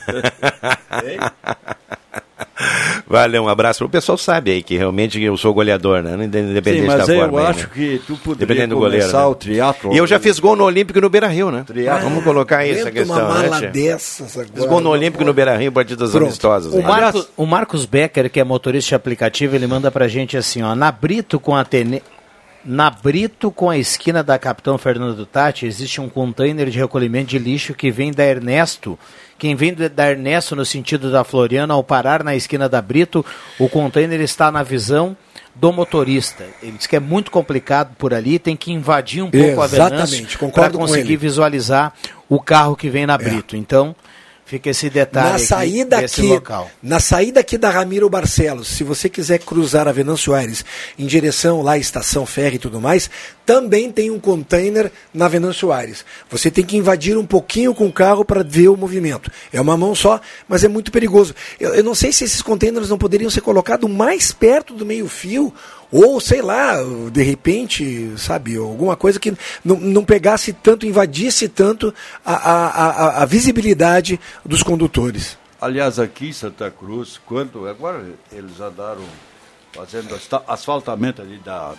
S5: Valeu, um abraço. O pessoal sabe aí que realmente eu sou goleador, né? Independente
S6: Sim, mas
S5: da
S6: eu
S5: forma.
S6: eu
S5: aí,
S6: acho
S5: né?
S6: que tu poderia
S5: Dependendo do
S6: começar
S5: goleiro, né?
S6: o triatlo.
S5: E eu já fiz gol no Olímpico e no Beira-Rio, né?
S6: Triatlo.
S5: Vamos colocar aí essa questão,
S4: uma mala
S5: né?
S4: dessas agora.
S5: Fiz gol no Olímpico e no Beira-Rio, partidas
S4: Pronto.
S5: amistosas.
S2: O,
S5: aí.
S2: Marco, o Marcos Becker, que é motorista de aplicativo, ele manda pra gente assim, ó, na Brito com a Tene... Na Brito, com a esquina da Capitão Fernando Tati, existe um container de recolhimento de lixo que vem da Ernesto. Quem vem da Ernesto no sentido da Floriano, ao parar na esquina da Brito, o container está na visão do motorista. Ele diz que é muito complicado por ali, tem que invadir um pouco
S4: Exatamente,
S2: a Venâncio
S4: para
S2: conseguir visualizar o carro que vem na Brito. É. Então... Fica esse detalhe
S4: na saída
S2: aqui desse
S4: aqui,
S2: local.
S4: Na saída aqui da Ramiro Barcelos, se você quiser cruzar a Venâncio Aires em direção lá à estação ferry e tudo mais, também tem um container na Venâncio Aires. Você tem que invadir um pouquinho com o carro para ver o movimento. É uma mão só, mas é muito perigoso. Eu, eu não sei se esses containers não poderiam ser colocados mais perto do meio-fio, ou, sei lá, de repente, sabe, alguma coisa que não, não pegasse tanto, invadisse tanto a, a, a, a visibilidade dos condutores.
S6: Aliás, aqui em Santa Cruz, quando agora eles andaram fazendo asfaltamento ali da...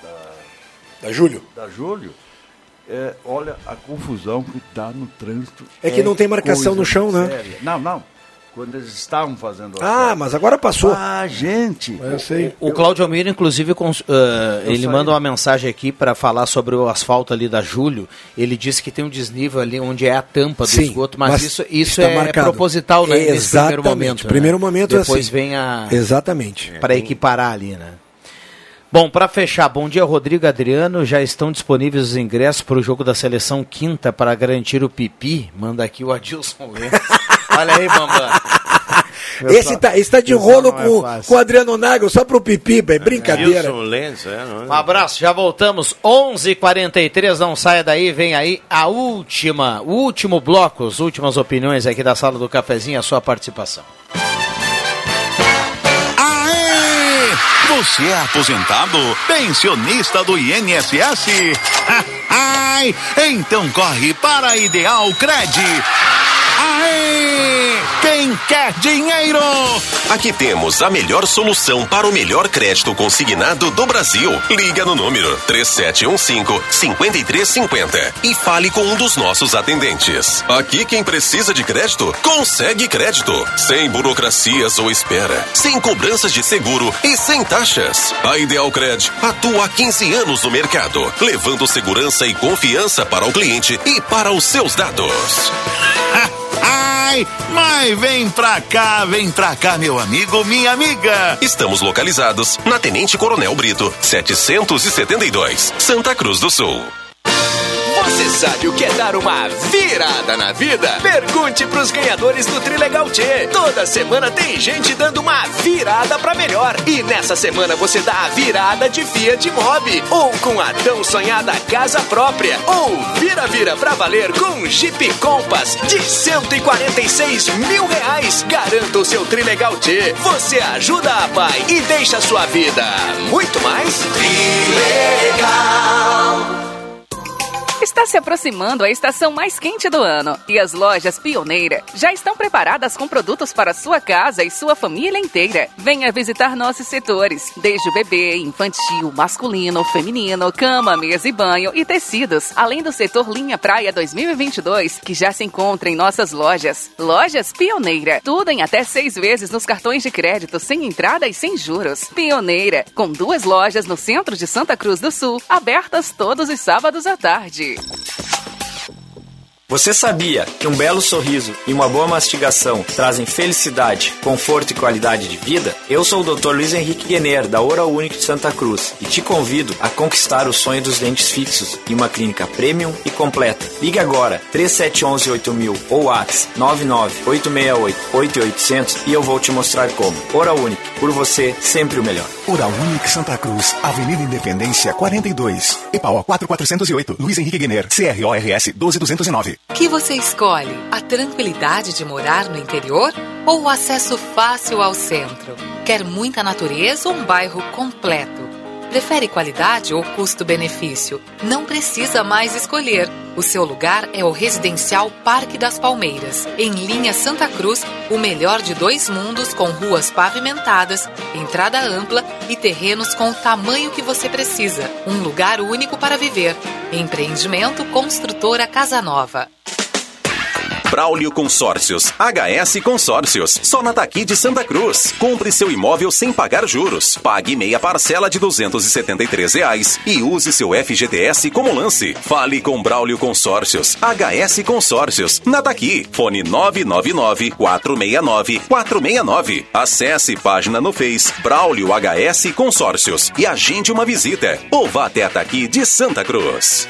S6: Da,
S4: da Júlio.
S6: Da Júlio. É, olha a confusão que dá no trânsito.
S4: É que é não tem marcação no chão, né?
S6: Séria. Não, não. Quando eles estavam fazendo...
S4: Ah, mas agora passou.
S6: Ah, gente.
S4: Eu sei.
S2: O, o Cláudio Almiro, inclusive, cons, uh, ele manda uma mensagem aqui para falar sobre o asfalto ali da Júlio. Ele disse que tem um desnível ali onde é a tampa do
S4: Sim,
S2: esgoto, mas, mas isso, isso é
S4: marcado.
S2: proposital, né?
S4: Exatamente.
S2: Nesse primeiro momento.
S4: Primeiro
S2: né?
S4: momento
S2: Depois
S4: é assim.
S2: vem a...
S4: Exatamente.
S2: Para equiparar ali, né? Bom, para fechar, bom dia, Rodrigo, Adriano. Já estão disponíveis os ingressos para o jogo da seleção quinta para garantir o pipi. Manda aqui o Adilson Lemos. Olha aí, Bambam.
S4: Esse tá, esse tá de rolo com, é com o Adriano Nagel, só pro pipi, é brincadeira.
S5: Wilson Lenz, é, não é?
S2: Um abraço, já voltamos, onze e quarenta e três, não saia daí, vem aí a última, o último bloco, as últimas opiniões aqui da Sala do Cafezinho, a sua participação.
S7: Aê! Você é aposentado? Pensionista do I N S S? Ai, então corre para a Ideal Cred. Aê! Quem quer dinheiro?
S12: Aqui temos a melhor solução para o melhor crédito consignado do Brasil. Liga no número três sete um cinco, cinco três cinco zero e fale com um dos nossos atendentes. Aqui quem precisa de crédito, consegue crédito. Sem burocracias ou espera, sem cobranças de seguro e sem taxas. A Ideal Cred atua há quinze anos no mercado, levando segurança e confiança para o cliente e para os seus dados.
S7: Ai, mas vem pra cá, vem pra cá, meu amigo, minha amiga.
S12: Estamos localizados na Tenente Coronel Brito, setecentos e setenta e dois, Santa Cruz do Sul.
S7: Você
S9: Você sabe o que é dar uma virada na vida? Pergunte pros ganhadores do Trilegal Tchê. Toda semana tem gente dando uma virada pra melhor. E nessa semana você dá a virada de Fiat Mobi. Ou com a tão sonhada casa própria. Ou vira-vira pra valer com Jeep Compass de cento e quarenta e seis mil reais. Garanta o seu Trilegal Tchê. Você ajuda a pai e deixa a sua vida muito mais Trilegal.
S16: Está se aproximando a estação mais quente do ano e as lojas Pioneira já estão preparadas com produtos para sua casa e sua família inteira. Venha visitar nossos setores, desde o bebê, infantil, masculino, feminino, cama, mesa e banho e tecidos, além do setor Linha Praia dois mil e vinte e dois, que já se encontra em nossas lojas. Lojas Pioneira, tudo em até seis vezes nos cartões de crédito, sem entrada e sem juros. Pioneira, com duas lojas no centro de Santa Cruz do Sul, abertas todos os sábados à tarde.
S13: Você sabia que um belo sorriso e uma boa mastigação trazem felicidade, conforto e qualidade de vida? Eu sou o doutor Luiz Henrique Guener, da Oral Unique de Santa Cruz, e te convido a conquistar o sonho dos dentes fixos em uma clínica premium e completa. Ligue agora, três sete um um oito mil ou WhatsApp nove nove oito seis oito oito oito zero zero e eu vou te mostrar como. Oral Unique, por você, sempre o melhor.
S23: Oral Unique Santa Cruz, Avenida Independência quarenta e dois, E P A O quatro quatro zero oito, Luiz Henrique Guener, C R O R S doze duzentos e nove.
S11: Que você escolhe? A tranquilidade de morar no interior ou o acesso fácil ao centro? Quer muita natureza ou um bairro completo? Prefere qualidade ou custo-benefício? Não precisa mais escolher. O seu lugar é o Residencial Parque das Palmeiras, em linha Santa Cruz, o melhor de dois mundos, com ruas pavimentadas, entrada ampla e terrenos com o tamanho que você precisa. Um lugar único para viver. Empreendimento Construtora Casa Nova.
S12: Braulio Consórcios, H S Consórcios, só na Taqui de Santa Cruz. Compre seu imóvel sem pagar juros. Pague meia parcela de duzentos e setenta e três reais e use seu F G T S como lance. Fale com Braulio Consórcios, H S Consórcios, na Taqui. Fone nove nove nove, quatro seis nove, quatro seis nove. Acesse página no Face Braulio H S Consórcios e agende uma visita. Ou vá até a Taqui de Santa Cruz.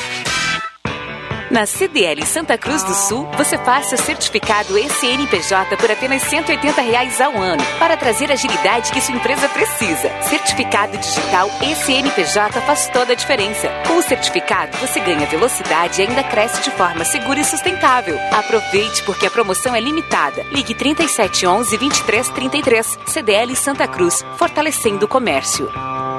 S11: Na C D L Santa Cruz do Sul, você faz seu certificado E C N P J por apenas cento e oitenta reais ao ano, para trazer a agilidade que sua empresa precisa. Certificado digital E C N P J faz toda a diferença. Com o certificado, você ganha velocidade e ainda cresce de forma segura e sustentável. Aproveite, porque a promoção é limitada. Ligue trinta e sete onze, vinte e três trinta e três. C D L Santa Cruz, fortalecendo o comércio.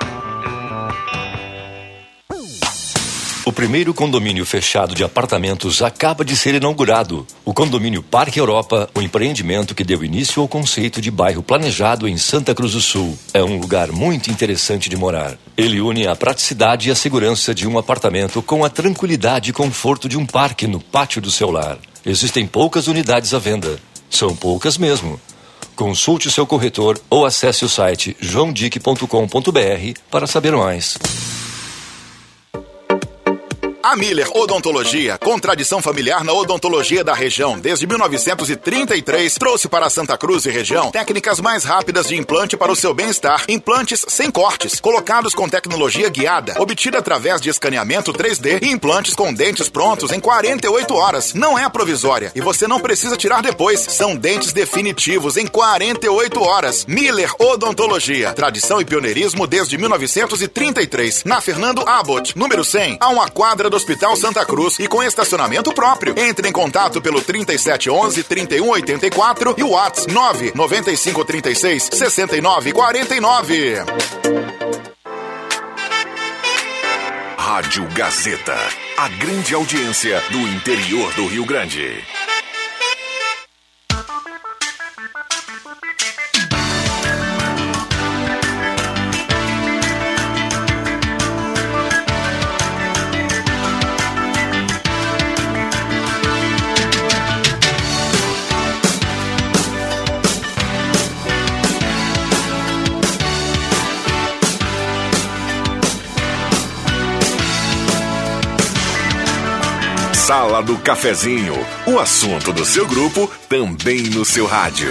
S24: O primeiro condomínio fechado de apartamentos acaba de ser inaugurado. O condomínio Parque Europa, o empreendimento que deu início ao conceito de bairro planejado em Santa Cruz do Sul. É um lugar muito interessante de morar. Ele une a praticidade e a segurança de um apartamento com a tranquilidade e conforto de um parque no pátio do seu lar. Existem poucas unidades à venda. São poucas mesmo. Consulte seu corretor ou acesse o site joão dick ponto com ponto b r para saber mais.
S21: A Miller Odontologia, com tradição familiar na odontologia da região desde mil novecentos e trinta e três, trouxe para Santa Cruz e região técnicas mais rápidas de implante para o seu bem-estar. Implantes sem cortes, colocados com tecnologia guiada, obtida através de escaneamento três D e implantes com dentes prontos em quarenta e oito horas. Não é provisória e você não precisa tirar depois. São dentes definitivos em quarenta e oito horas. Miller Odontologia, tradição e pioneirismo desde mil novecentos e trinta e três. Na Fernando Abbott, número cem, a uma quadra do Hospital Santa Cruz e com estacionamento próprio. Entre em contato pelo trinta e sete onze, trinta e um oitenta e quatro e o WhatsApp nove nove cinco três seis, seis nove quatro nove.
S1: Rádio Gazeta, a grande audiência do interior do Rio Grande. Sala do Cafezinho, o assunto do seu grupo também no seu rádio.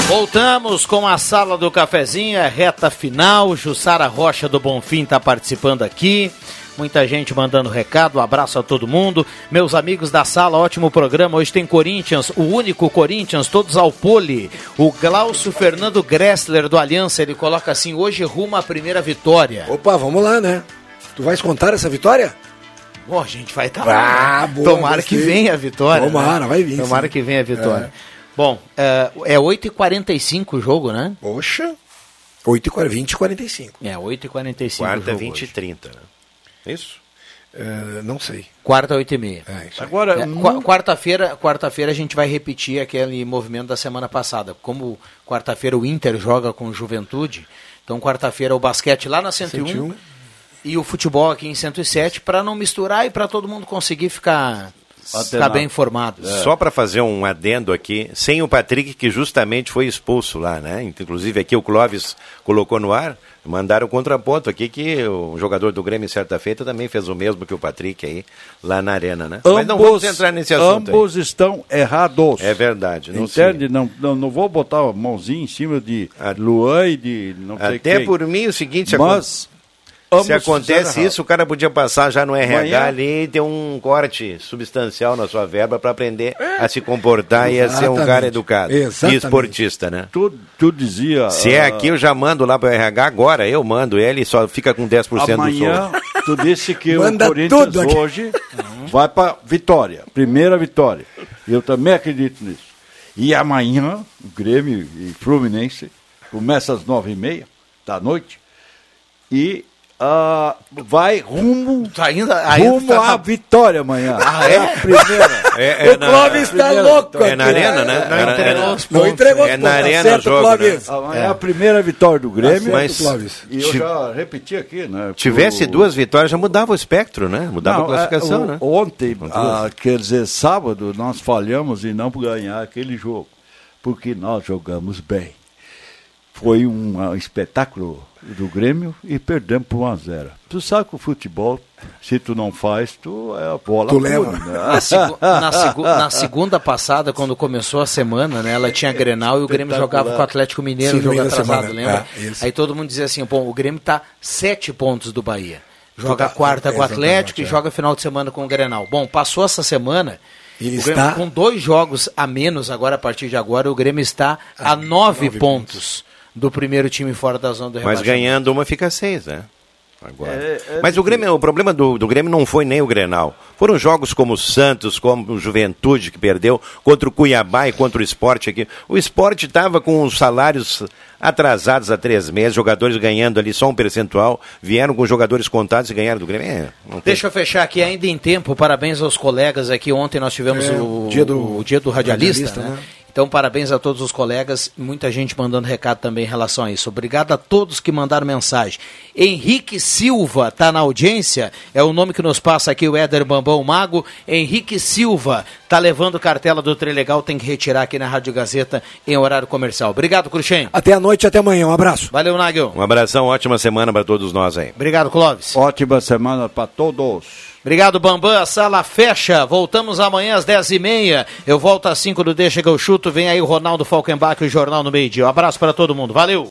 S2: Voltamos com a Sala do Cafezinho, é reta final. Jussara Rocha do Bonfim está participando aqui. Muita gente mandando recado, um abraço a todo mundo. Meus amigos da sala, ótimo programa. Hoje tem Corinthians, o único Corinthians, todos ao pole. O Glaucio Fernando Gressler do Aliança, ele coloca assim, hoje rumo à primeira vitória.
S4: Opa, vamos lá, né? Tu vais contar essa vitória?
S2: Bom, a gente vai estar tá lá.
S4: Ah, boa,
S2: Tomara
S4: gostei.
S2: que venha a vitória.
S4: Tomara,
S2: né?
S4: vai vir.
S2: Tomara
S4: sim.
S2: que venha a vitória.
S4: É.
S2: Bom, é, é oito e quarenta e cinco o jogo, né?
S4: Poxa, oito e quarenta, vinte e quarenta e cinco.
S2: É, oito e quarenta e cinco
S5: Quarta,
S2: o jogo
S5: vinte e
S2: hoje.
S5: trinta, né? Isso?
S4: É, não sei.
S2: Quarta, oito e meia.
S4: É, isso aí.
S6: Agora,
S2: É, qu- quarta-feira, quarta-feira a gente vai repetir aquele movimento da semana passada. Como quarta-feira o Inter joga com o Juventude, então quarta-feira o basquete lá na cento e um,
S4: cento e um.
S2: e o futebol aqui em cento e sete, para não misturar e para todo mundo conseguir ficar, ficar bem informado.
S5: É. Só para fazer um adendo aqui, sem o Patrick, que justamente foi expulso lá, né? Inclusive aqui o Clóvis colocou no ar, mandaram o contraponto aqui que o jogador do Grêmio, certa feita, também fez o mesmo que o Patrick aí, lá na arena, né?
S6: Ambos,
S5: Mas não vamos entrar nesse assunto
S6: ambos
S5: aí.
S6: estão errados.
S5: É verdade. Não
S6: Entende? Não, não, não vou botar a mãozinha em cima de Luan e de não sei
S5: Até
S6: quem.
S5: por mim, o seguinte...
S6: Mas...
S5: Se acontece isso, o cara podia passar já no R H
S6: Amanhã...
S5: ali e ter um corte substancial na sua verba para aprender a se comportar e a ser um
S6: Exatamente.
S5: cara educado.
S6: Exatamente.
S5: E esportista, né?
S6: Tu, tu dizia...
S5: Se é
S6: ah,
S5: aqui, eu já mando lá para o R H agora, eu mando ele e só fica com dez por cento do
S6: Amanhã,
S5: soldo.
S6: tu disse que
S4: Manda
S6: o Corinthians
S4: tudo aqui.
S6: hoje vai para vitória. Primeira vitória. Eu também acredito nisso. E amanhã, o Grêmio e Fluminense começa às nove e meia da noite e uh, vai rumo,
S2: tá ainda, ainda
S6: rumo
S2: tá...
S6: à vitória amanhã.
S2: Ah, é?
S6: a primeira.
S5: É, é
S4: o Clóvis
S5: na...
S4: está louco.
S5: É na
S4: aqui.
S5: arena, né?
S2: Não
S5: É,
S2: entregou
S5: é,
S2: os
S4: Não
S2: pontos.
S4: entregou
S5: É
S4: os
S5: na
S4: pontos, tá
S5: arena
S4: certo,
S5: o jogo,
S4: Clóvis.
S5: né?
S6: Amanhã
S5: É.
S6: a primeira vitória do Grêmio.
S5: Mas-
S4: Clóvis.
S6: E eu já repeti aqui, né?
S5: Tivesse
S6: pro-
S5: duas vitórias, já mudava o espectro, né? Mudava
S6: Não,
S5: a classificação,
S6: é, o-
S5: né?
S6: Ontem, ah, quer dizer, sábado, nós falhamos em não ganhar aquele jogo, porque nós jogamos bem. Foi um ah, espetáculo do Grêmio e perdemos por um a zero. Tu sabe que o futebol, se tu não faz, tu é a bola.
S4: Tu
S6: pura,
S4: leva.
S6: né?
S2: Na, segu- na segu- na segunda passada, quando começou a semana, né, ela tinha Grenal e o Grêmio jogava com o Atlético Mineiro,
S4: Sim,
S2: jogo
S4: no meio da
S2: atrasado,
S4: semana.
S2: lembra?
S4: É, isso.
S2: Aí todo mundo dizia assim, bom, o Grêmio tá sete pontos do Bahia. Joga
S4: Tá-
S2: quarta com o
S4: exatamente,
S2: Atlético e
S4: é.
S2: joga final de semana com o Grenal. Bom, passou essa semana,
S4: Ele
S2: o Grêmio,
S4: está-
S2: com dois jogos a menos agora, a partir de agora, o Grêmio está a nove,
S4: nove
S2: pontos do primeiro time fora da zona do
S5: Mas
S2: rebaixamento.
S5: ganhando uma fica seis, né? Agora.
S6: É, é
S5: Mas o Grêmio, o problema do, do Grêmio não foi nem o Grenal. Foram jogos como o Santos, como o Juventude que perdeu, contra o Cuiabá e contra o Sport aqui. O Sport estava com os salários atrasados há três meses, jogadores ganhando ali só um percentual, vieram com jogadores contados e ganharam do Grêmio. É, não tem-
S2: Deixa eu fechar aqui ainda em tempo, parabéns aos colegas aqui, ontem nós tivemos
S4: É,
S2: o,
S4: dia do-
S2: o dia do radialista,
S4: radialista,
S2: né?
S4: né?
S2: Então parabéns a todos os colegas, muita gente mandando recado também em relação a isso. Obrigado a todos que mandaram mensagem. Henrique Silva está na audiência, é o nome que nos passa aqui o Éder Bambão Mago. Henrique Silva está levando cartela do Trilegal, tem que retirar aqui na Rádio Gazeta em horário comercial. Obrigado, Cruxem.
S4: Até a noite, até amanhã. Um abraço.
S2: Valeu, Nagel.
S5: Um abração, ótima semana para todos nós aí.
S2: Obrigado, Clóvis.
S6: Ótima semana para todos.
S2: Obrigado, Bambam. A sala fecha. Voltamos amanhã às dez e meia. Eu volto às cinco do Deixa que eu chuto. Vem aí o Ronaldo Falkenbach e o Jornal no Meio Dia. Um abraço para todo mundo. Valeu!